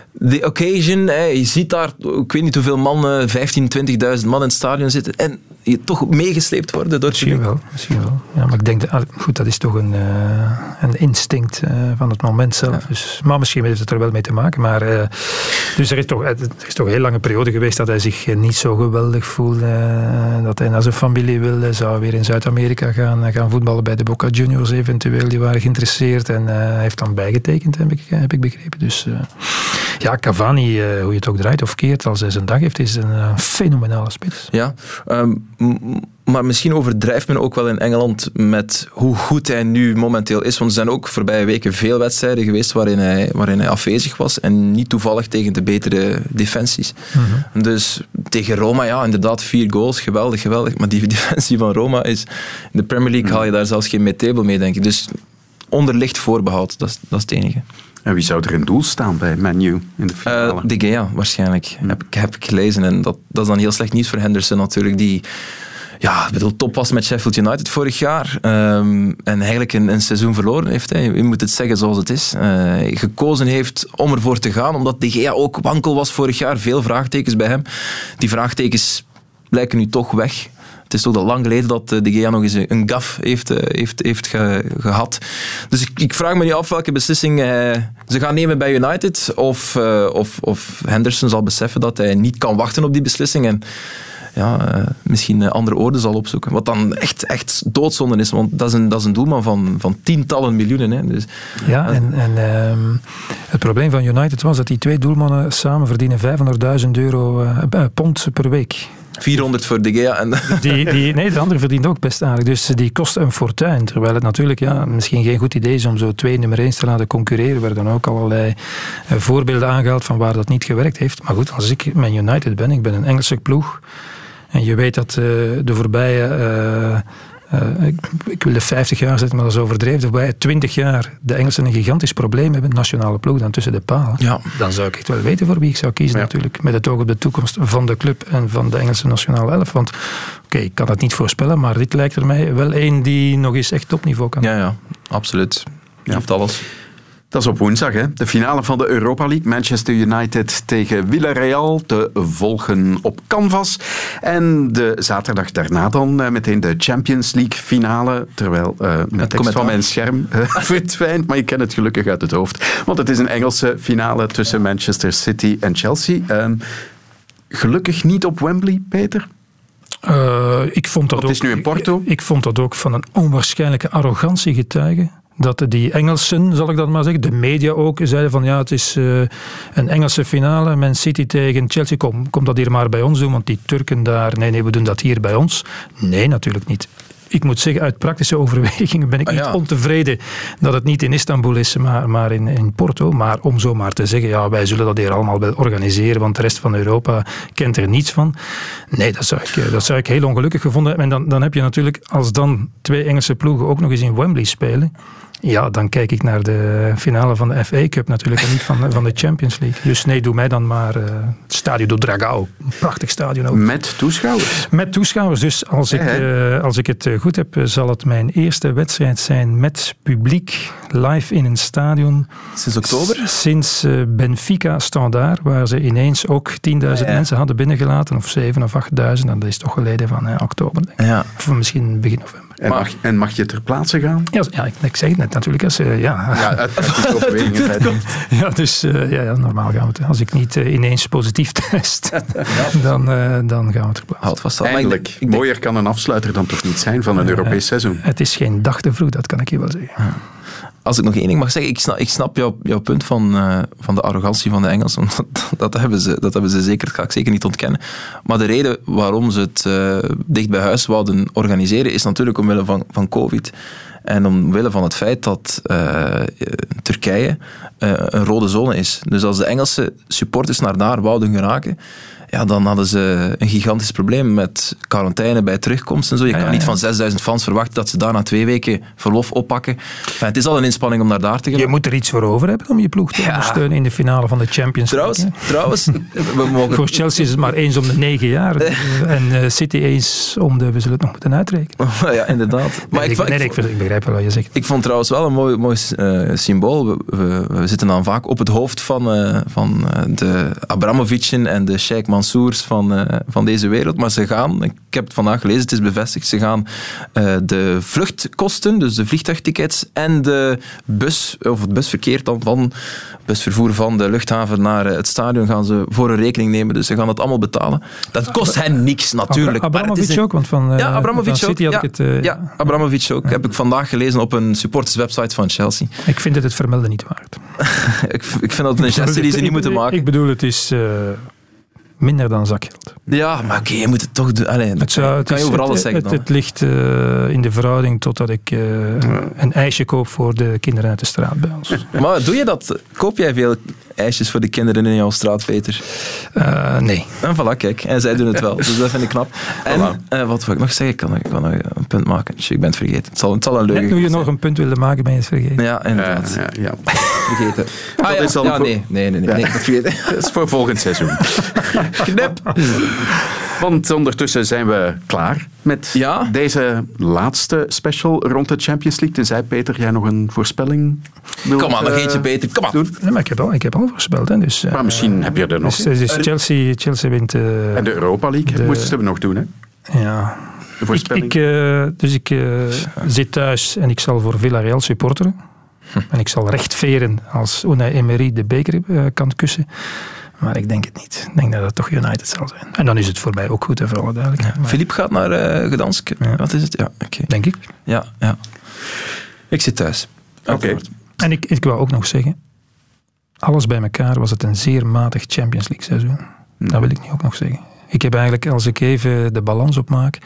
the occasion, hè, je ziet daar, ik weet niet hoeveel man, vijftien, twintigduizend man in het stadion zitten en je toch meegesleept worden door misschien wel, misschien wel. Ja, maar ik denk, dat, goed, dat is toch een, uh, een instinct uh, van het moment zelf. Ja. Dus, maar misschien heeft het er wel mee te maken. Maar, uh, dus er is, toch, er is toch een heel lange periode geweest dat hij zich niet zo geweldig voelde. Uh, dat hij naar zijn familie wilde. Zou weer in Zuid-Amerika gaan, gaan voetballen bij de Boca Juniors eventueel. Die waren geïnteresseerd en uh, hij heeft dan bijgetekend, heb ik, heb ik begrepen. Dus uh, ja, Cavani, uh, hoe je het ook draait of keert, als hij zijn dag heeft, is een uh, fenomenale spits. Ja, um, m- maar misschien overdrijft men ook wel in Engeland met hoe goed hij nu momenteel is. Want er zijn ook voorbije weken veel wedstrijden geweest waarin hij, waarin hij afwezig was en niet toevallig tegen de betere defensies. Mm-hmm. Dus tegen Roma, ja, inderdaad, vier goals, geweldig, geweldig. Maar die defensie van Roma is... In de Premier League haal je daar zelfs geen meetable mee, denk ik. Dus onderlicht voorbehoud, dat is, dat is het enige. En wie zou er in doel staan bij Man U in de finale? Uh, De Gea, waarschijnlijk. Hmm. Heb, heb ik gelezen. En dat, dat is dan heel slecht nieuws voor Henderson natuurlijk, die... Ja, ik bedoel, top was met Sheffield United vorig jaar. Um, en eigenlijk een, een seizoen verloren heeft. Hè. Je moet het zeggen zoals het is. Uh, gekozen heeft om ervoor te gaan, omdat De Gea ook wankel was vorig jaar. Veel vraagtekens bij hem. Die vraagtekens blijken nu toch weg. Het is toch al lang geleden dat De Gea nog eens een gaf heeft, heeft, heeft ge, gehad. Dus ik, ik vraag me nu af welke beslissing uh, ze gaan nemen bij United. Of, uh, of, of Henderson zal beseffen dat hij niet kan wachten op die beslissing. En ja, uh, misschien uh, andere oorden zal opzoeken. Wat dan echt, echt doodzonde is, want dat is een, dat is een doelman van, van tientallen miljoenen. Hè. Dus, ja, uh, en, en uh, het probleem van United was dat die twee doelmannen samen verdienen vijfhonderdduizend euro uh, pond per week. vierhonderd voor De Gea. En die, die, nee, de andere verdient ook best aardig. Dus die kost een fortuin. Terwijl het natuurlijk ja, misschien geen goed idee is om zo twee nummer één te laten concurreren. Er werden ook allerlei uh, voorbeelden aangehaald van waar dat niet gewerkt heeft. Maar goed, als ik met United ben, ik ben een Engelse ploeg. En je weet dat uh, de voorbije... Uh, Uh, ik, ik wil de vijftig jaar zetten, maar dat is overdreven. De voorbije twintig jaar de Engelsen een gigantisch probleem hebben, nationale ploeg dan tussen de palen. Ja. Dan zou ik echt wel weten voor wie ik zou kiezen ja. natuurlijk. Met het oog op de toekomst van de club en van de Engelse nationale elf. Want oké, okay, ik kan dat niet voorspellen, maar dit lijkt er mij wel één die nog eens echt topniveau kan. Ja, ja, absoluut. Je heeft alles. Dat is op woensdag, hè? De finale van de Europa League. Manchester United tegen Villarreal te volgen op Canvas. En de zaterdag daarna dan uh, meteen de Champions League finale. Terwijl uh, mijn tekst van mijn scherm uh, verdwijnt. Maar je kent het gelukkig uit het hoofd. Want het is een Engelse finale tussen Manchester City en Chelsea. Um, gelukkig niet op Wembley, Peter? Uh, ik vond dat het is ook, nu in Porto. Ik, ik vond dat ook van een onwaarschijnlijke arrogantie getuigen. Dat die Engelsen, zal ik dat maar zeggen, de media ook, zeiden van ja, het is uh, een Engelse finale, Man City tegen Chelsea, kom, kom dat hier maar bij ons doen, want die Turken daar, nee, nee, we doen dat hier bij ons. Nee, natuurlijk niet. Ik moet zeggen, uit praktische overwegingen ben ik ah, niet ja. ontevreden dat het niet in Istanbul is, maar, maar in, in Porto. Maar om zo maar te zeggen, ja, wij zullen dat hier allemaal wel organiseren, want de rest van Europa kent er niets van. Nee, dat zou ik, dat zou ik heel ongelukkig gevonden hebben. En dan, dan heb je natuurlijk, als dan twee Engelse ploegen ook nog eens in Wembley spelen, ja, dan kijk ik naar de finale van de F A Cup natuurlijk en niet van, van de Champions League. Dus nee, doe mij dan maar uh, het Stadio do Dragao. Een prachtig stadion ook. Met toeschouwers? Met toeschouwers. Dus als, hey, ik, uh, als ik het goed heb, zal het mijn eerste wedstrijd zijn met publiek, live in een stadion. Sinds oktober? S- sinds uh, Benfica Standaard, waar ze ineens ook tienduizend ja, ja. mensen hadden binnengelaten, of zeven of achtduizend. En dat is toch geleden van uh, oktober, denk ik. Ja. Of misschien begin november. En mag, en mag je ter plaatse gaan? Ja, ja ik, ik zeg het net natuurlijk. Als, uh, ja, ja uit, uit die overwegingen. Ja, dus uh, ja, ja, normaal gaan we het. Als ik niet uh, ineens positief test, ja. dan, uh, dan gaan we het plaatsen. Houd vast. Eindelijk. Ik, mooier kan een afsluiter dan toch niet zijn van een uh, Europees seizoen? Het is geen dag te vroeg, dat kan ik je wel zeggen. Ja. Als ik nog één ding mag zeggen, ik snap, ik snap jouw, jouw punt van, uh, van de arrogantie van de Engelsen. Dat, dat, hebben ze, dat hebben ze zeker, dat ga ik zeker niet ontkennen. Maar de reden waarom ze het uh, dicht bij huis wouden organiseren, is natuurlijk omwille van, van COVID. En omwille van het feit dat uh, Turkije uh, een rode zone is. Dus als de Engelse supporters naar daar wouden geraken, ja, dan hadden ze een gigantisch probleem met quarantaine bij terugkomst en zo. Je kan ja, ja, ja. niet van zesduizend fans verwachten dat ze daar na twee weken verlof oppakken. Enfin, het is al een inspanning om naar daar te gaan. Je moet er iets voor over hebben om je ploeg te ja. ondersteunen in de finale van de Champions League. Trouwens, trouwens we mogen... voor Chelsea is het maar eens om de negen jaar. En uh, City eens om de, we zullen het nog moeten uitrekenen. Ja, inderdaad. Maar nee, ik, ik, nee, ik, ik begrijp wel wat je zegt. Ik vond trouwens wel een mooi, mooi uh, symbool. We, we, we zitten dan vaak op het hoofd van, uh, van uh, de Abramovic'en en de Sheikh Mansours van, uh, van deze wereld. Maar ze gaan, ik heb het vandaag gelezen, het is bevestigd, ze gaan uh, de vluchtkosten, dus de vliegtuigtickets en de bus, of het busverkeer dan van, busvervoer van de luchthaven naar uh, het stadion gaan ze voor een rekening nemen. Dus ze gaan dat allemaal betalen. Dat kost hen niks natuurlijk. Abramovic een... ook, want van, uh, ja, Abramovic van City ook. had Ja, ik het... Uh, ja, Abramovic ook. Ja. Heb ik vandaag gelezen op een supporterswebsite van Chelsea. Ik vind het het vermelden niet waard. ik, ik vind dat een geste die ze niet moeten maken. Ik bedoel, het is uh, minder dan zakgeld. Ja, maar oké, okay, je moet het toch doen. Allee, dat het zou, kan, het kan je over alles het, zeggen. Het, het, het ligt uh, in de verhouding totdat ik uh, een ijsje koop voor de kinderen uit de straat bij ons. Maar doe je dat? Koop jij veel ijsjes voor de kinderen in jouw straat, Peter? Uh, nee. En voilà, kijk. En zij doen het wel. Dus dat vind ik knap. En voilà. uh, wat wil ik nog zeggen? Ik kan, ik kan nog een punt maken. Ik ben het vergeten. Het zal, het zal een leugen. Net nu je nog een punt wilde maken, ben je het vergeten. Ja, inderdaad. Uh, ja, ja. Vergeten. Ah, dat ja, is al ja, voor... nee, nee, nee, nee, ja. nee, dat vergeten. Dat is voor volgend seizoen. Knip. Want ondertussen zijn we klaar met ja? deze laatste special rond de Champions League. Tenzij, Peter, jij nog een voorspelling wilt Kom maar, nog eentje, Peter. Kom maar. Nee, maar ik heb al, ik heb al voorspeld. Hè, dus, maar misschien uh, heb je er nog... Dus, dus Chelsea, Chelsea wint... Uh, en de Europa League de, moesten we nog doen, hè? Ja. De voorspelling. Ik, ik, uh, dus ik uh, zit thuis en ik zal voor Villarreal supporteren. Hm. En ik zal rechtveren als Unai Emery de beker uh, kan kussen. Maar ik denk het niet. Ik denk dat het toch United zal zijn. En dan is het voor mij ook goed, voor alle duidelijkheid. Ja. Philippe gaat naar uh, Gdansk. Ja. Wat is het? Ja, okay. Denk ik. Ja, ja. Ik zit thuis. Oké. Okay. En ik, ik wou ook nog zeggen, alles bij elkaar was het een zeer matig Champions League seizoen. Hm. Dat wil ik nu ook nog zeggen. Ik heb eigenlijk, als ik even de balans opmaak,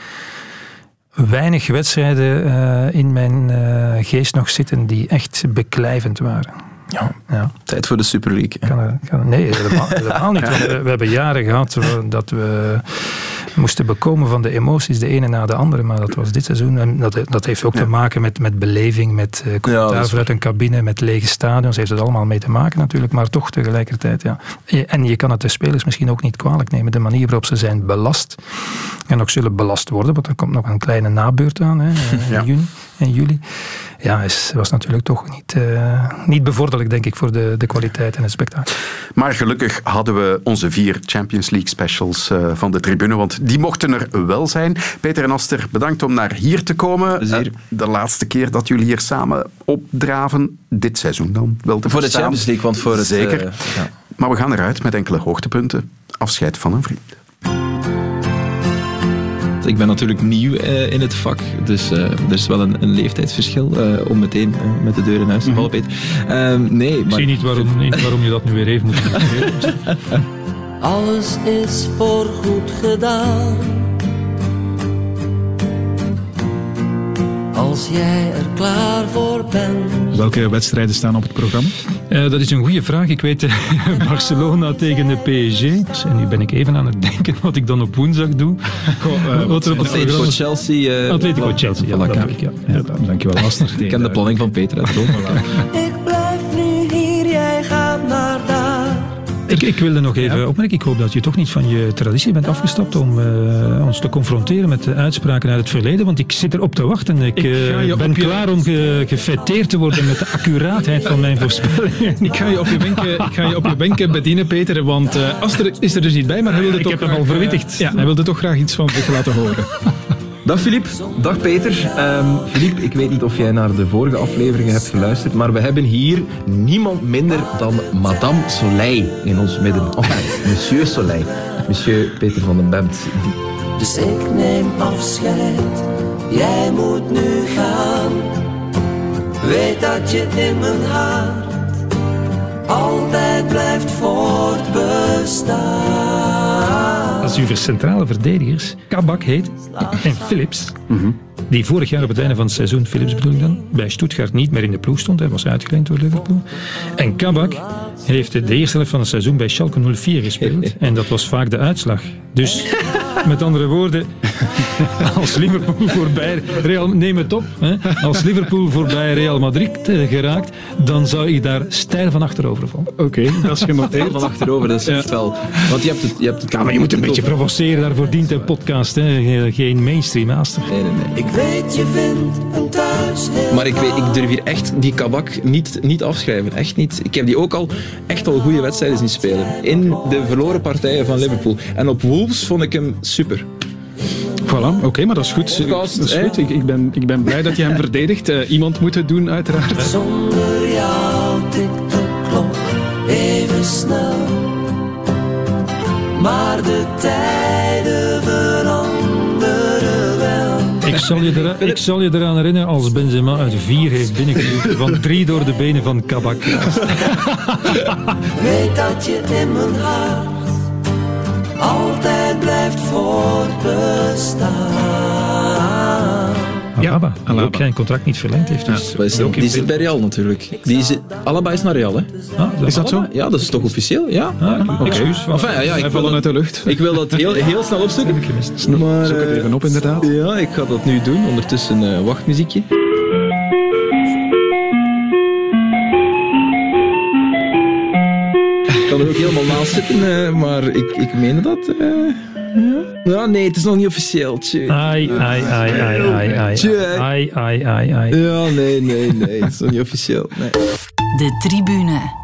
weinig wedstrijden uh, in mijn uh, geest nog zitten die echt beklijvend waren. Ja, ja. Tijd voor de Super League. Kan er, kan, nee, helemaal, helemaal niet. We, we hebben jaren gehad dat we moesten bekomen van de emoties, de ene na de andere. Maar dat was dit seizoen. En dat, dat heeft ook ja. te maken met, met beleving, met uh, commentaar ja, vanuit een cabine, met lege stadions. Heeft het allemaal mee te maken natuurlijk. Maar toch tegelijkertijd, ja. En je kan het de spelers misschien ook niet kwalijk nemen. De manier waarop ze zijn belast. En ook zullen belast worden, want er komt nog een kleine nabeurt aan, hè, in ja. juni en juli. Ja, is, was natuurlijk toch niet, uh, niet bevorderlijk, denk ik, voor de, de kwaliteit en het spektakel. Maar gelukkig hadden we onze vier Champions League specials uh, van de tribune, want die mochten er wel zijn. Peter en Aster, bedankt om naar hier te komen. Uh, de laatste keer dat jullie hier samen opdraven, dit seizoen dan wel te Voor verstaan. de Champions League, want voor het... Zeker. Uh, ja. Maar we gaan eruit met enkele hoogtepunten. Afscheid van een vriend. Ik ben natuurlijk nieuw uh, in het vak, dus uh, er is wel een, een leeftijdsverschil uh, om meteen uh, met de deur in huis te vallen, Peter. Uh, nee, maar... Ik zie niet waarom, niet waarom je dat nu weer heeft moeten doen. Alles is voorgoed gedaan. Als jij er klaar voor bent. Welke wedstrijden staan op het programma? Uh, dat is een goede vraag. Ik weet uh, Barcelona tegen de P S G. En nu ben ik even aan het denken wat ik dan op woensdag doe. Goh, uh, wat er op het Atletico Chelsea. Uh, Atletico Chelsea, ja, dat heb ik. Ja. Ja, ja, dankjewel, Aster. Ik ken de planning van Peter uit Rome. Ik blijf nu hier, jij gaat naar daar. Ik, ik wilde nog even ja. opmerken, ik hoop dat je toch niet van je traditie bent afgestapt om uh, ons te confronteren met de uitspraken uit het verleden, want ik zit erop te wachten. Ik, ik uh, ben je... klaar om ge, gefeteerd te worden met de accuraatheid van mijn voorspellingen. Ik ga je op je wenken, ik ga je op je wenken bedienen, Peter, want uh, Aster is er dus niet bij, maar hij wilde ik toch heb hem al verwittigd. Uh, ja, hij wilde toch graag iets van zich laten horen. Dag Philippe, dag Peter. Um, Philippe, ik weet niet of jij naar de vorige afleveringen hebt geluisterd, maar we hebben hier niemand minder dan Madame Soleil in ons midden. Of enfin, Monsieur Soleil. Monsieur Peter van den Bemt. Dus ik neem afscheid, jij moet nu gaan. Weet dat je in mijn hart altijd blijft voortbestaan. Als uw centrale verdedigers Kabak heet en Philips, mm-hmm. die vorig jaar op het einde van het seizoen, Philips bedoel ik dan, bij Stuttgart niet meer in de ploeg stond, hij was uitgeleend door Liverpool. En Kabak heeft de eerste helft van het seizoen bij Schalke nul vier gespeeld. En dat was vaak de uitslag. Dus, met andere woorden, als Liverpool voorbij Real, neem het op, hè, als Liverpool voorbij Real Madrid uh, geraakt, dan zou ik daar stijl van achterover vallen. Oké, okay, dat is genoteerd. Van achterover, dat is echt ja. wel... Want je hebt het... Je, hebt het ja, maar je moet een beetje provoceren, daarvoor dient een podcast, hè. Geen mainstream master. Nee, nee, nee. Ik weet, je vindt een thuis heel Maar ik, weet, ik durf hier echt die Kabak niet, niet afschrijven. Echt niet. Ik heb die ook al echt al goede wedstrijden zien spelen. In de verloren partijen van Liverpool. En op Wolves vond ik hem super. Voilà, oké, okay, maar dat is goed. Podcast, dat is goed. Ik, ik, ben, ik ben blij dat je hem verdedigt. Uh, iemand moet het doen, uiteraard. Zonder jou tikt de klok even snel. Maar de tijden veranderen wel. Ik zal, je eraan, ik zal je eraan herinneren als Benzema uit vier heeft binnengeduwd. Van drie door de benen van Kabak. Weet dat je in mijn hart altijd blijft voortbestaan. Ja, Alaba, die ook geen contract niet verlengd heeft. Dus ja, is, die, die zit bij Real natuurlijk. Die zit, Alaba is naar Real, hè? Ah, dat is dat Alaba? Zo? Ja, dat is toch officieel? Ja. Ah, okay. Excuus. Enfin, ja, ja, Wij vallen uit de lucht. Ik wil dat heel, heel snel opzoeken. Heb ik gemist. Maar, Zoek het even op, inderdaad. Ja, ik ga dat nu doen. Ondertussen uh, wachtmuziekje. Ik kan er ook helemaal naast zitten, uh, maar ik, ik meende dat... Uh, ja. ja, nee, het is nog niet officieel. Tjie. Ai, ai, ai, ai, ai, ai. Ai, ai, ai, ai. Ja, nee, nee, nee, het is nog niet officieel. Nee. De Tribune.